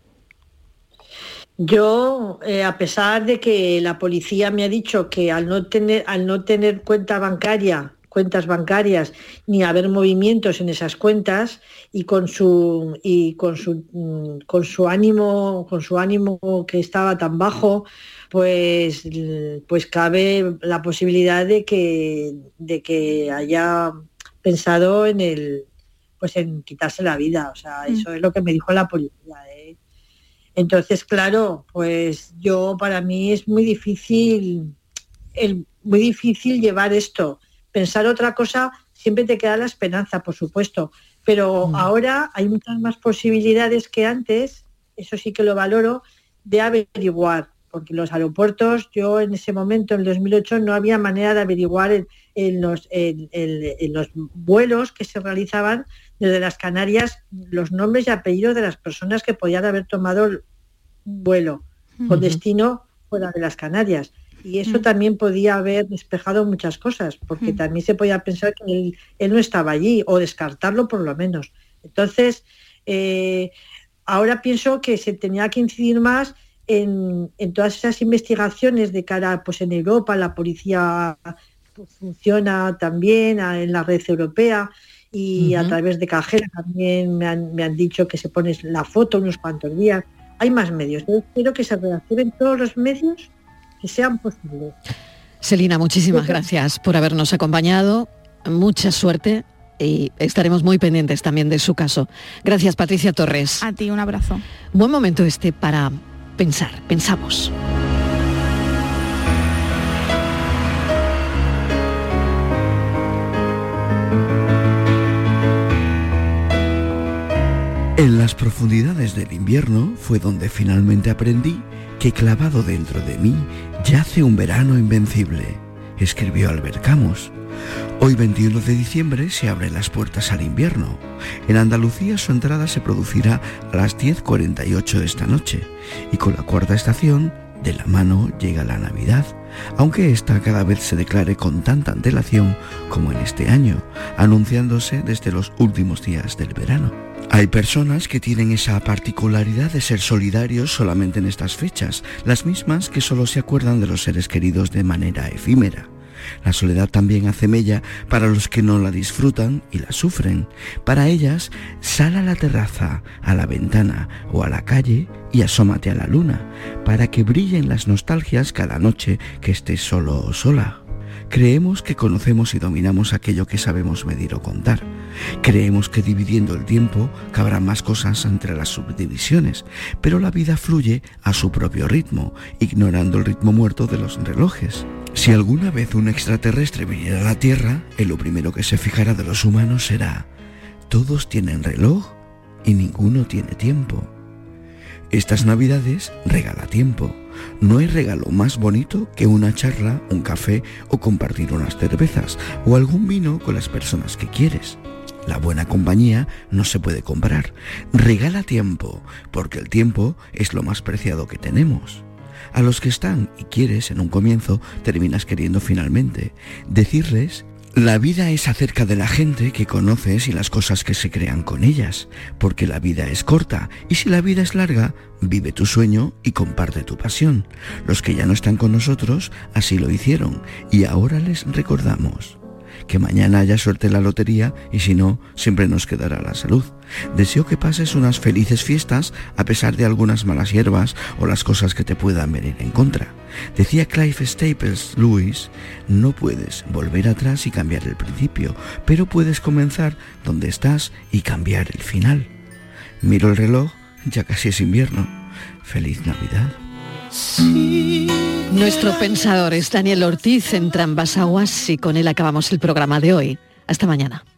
Yo, eh, a pesar de que la policía me ha dicho que al no tener, al no tener cuenta bancaria, cuentas bancarias, ni haber movimientos en esas cuentas, y con su y con su con su ánimo, con su ánimo que estaba tan bajo, pues, pues cabe la posibilidad de que, de que haya pensado en el, pues en quitarse la vida. O sea, mm. eso es lo que me dijo la policía, ¿eh? Entonces, claro, pues yo, para mí es muy difícil, el, muy difícil llevar esto. Pensar otra cosa, siempre te queda la esperanza, por supuesto, pero mm. ahora hay muchas más posibilidades que antes, eso sí que lo valoro, de averiguar, porque los aeropuertos, yo en ese momento, en el dos mil ocho, no había manera de averiguar en, en, los, en, en, en los vuelos que se realizaban desde las Canarias los nombres y apellidos de las personas que podían haber tomado un vuelo uh-huh. con destino fuera de las Canarias. Y eso uh-huh. también podía haber despejado muchas cosas, porque uh-huh. también se podía pensar que él, él no estaba allí, o descartarlo por lo menos. Entonces, eh, ahora pienso que se tenía que incidir más en, en todas esas investigaciones de cara, pues en Europa, la policía funciona también en la red europea, y uh-huh. a través de Cajera también me han, me han dicho que se pone la foto unos cuantos días. Hay más medios. Yo espero que se reactiven todos los medios que sean posibles. Celina, muchísimas gracias por habernos acompañado. Mucha suerte y estaremos muy pendientes también de su caso. Gracias, Patricia Torres. A ti, un abrazo. Buen momento este para pensar. Pensamos. En las profundidades del invierno fue donde finalmente aprendí que clavado dentro de mí yace un verano invencible. escribió Albert Camus. Hoy veintiuno de diciembre se abren las puertas al invierno. En Andalucía su entrada se producirá a las diez cuarenta y ocho de esta noche y con la cuarta estación de la mano llega la Navidad, aunque esta cada vez se declare con tanta antelación como en este año, anunciándose desde los últimos días del verano. Hay personas que tienen esa particularidad de ser solidarios solamente en estas fechas, las mismas que solo se acuerdan de los seres queridos de manera efímera. La soledad también hace mella para los que no la disfrutan y la sufren. Para ellas, sal a la terraza, a la ventana o a la calle y asómate a la luna, para que brillen las nostalgias cada noche que estés solo o sola. Creemos que conocemos y dominamos aquello que sabemos medir o contar. Creemos que dividiendo el tiempo cabrá más cosas entre las subdivisiones, pero la vida fluye a su propio ritmo, ignorando el ritmo muerto de los relojes. Si alguna vez un extraterrestre viniera a la Tierra, en lo primero que se fijará de los humanos será: todos tienen reloj y ninguno tiene tiempo. Estas Navidades regala tiempo. No hay regalo más bonito que una charla, un café o compartir unas cervezas o algún vino con las personas que quieres. La buena compañía no se puede comprar. Regala tiempo, porque el tiempo es lo más preciado que tenemos. A los que están y quieres en un comienzo, terminas queriendo finalmente. Decirles: la vida es acerca de la gente que conoces y las cosas que se crean con ellas, porque la vida es corta y si la vida es larga, vive tu sueño y comparte tu pasión. Los que ya no están con nosotros así lo hicieron y ahora les recordamos. Que mañana haya suerte en la lotería y si no, siempre nos quedará la salud. Deseo que pases unas felices fiestas a pesar de algunas malas hierbas o las cosas que te puedan venir en contra. Decía Clive Staples Lewis: no puedes volver atrás y cambiar el principio, pero puedes comenzar donde estás y cambiar el final. Miro el reloj, ya casi es invierno. Feliz Navidad. Sí. Nuestro pensador es Daniel Ortiz en Trambas Aguas y con él acabamos el programa de hoy. Hasta mañana.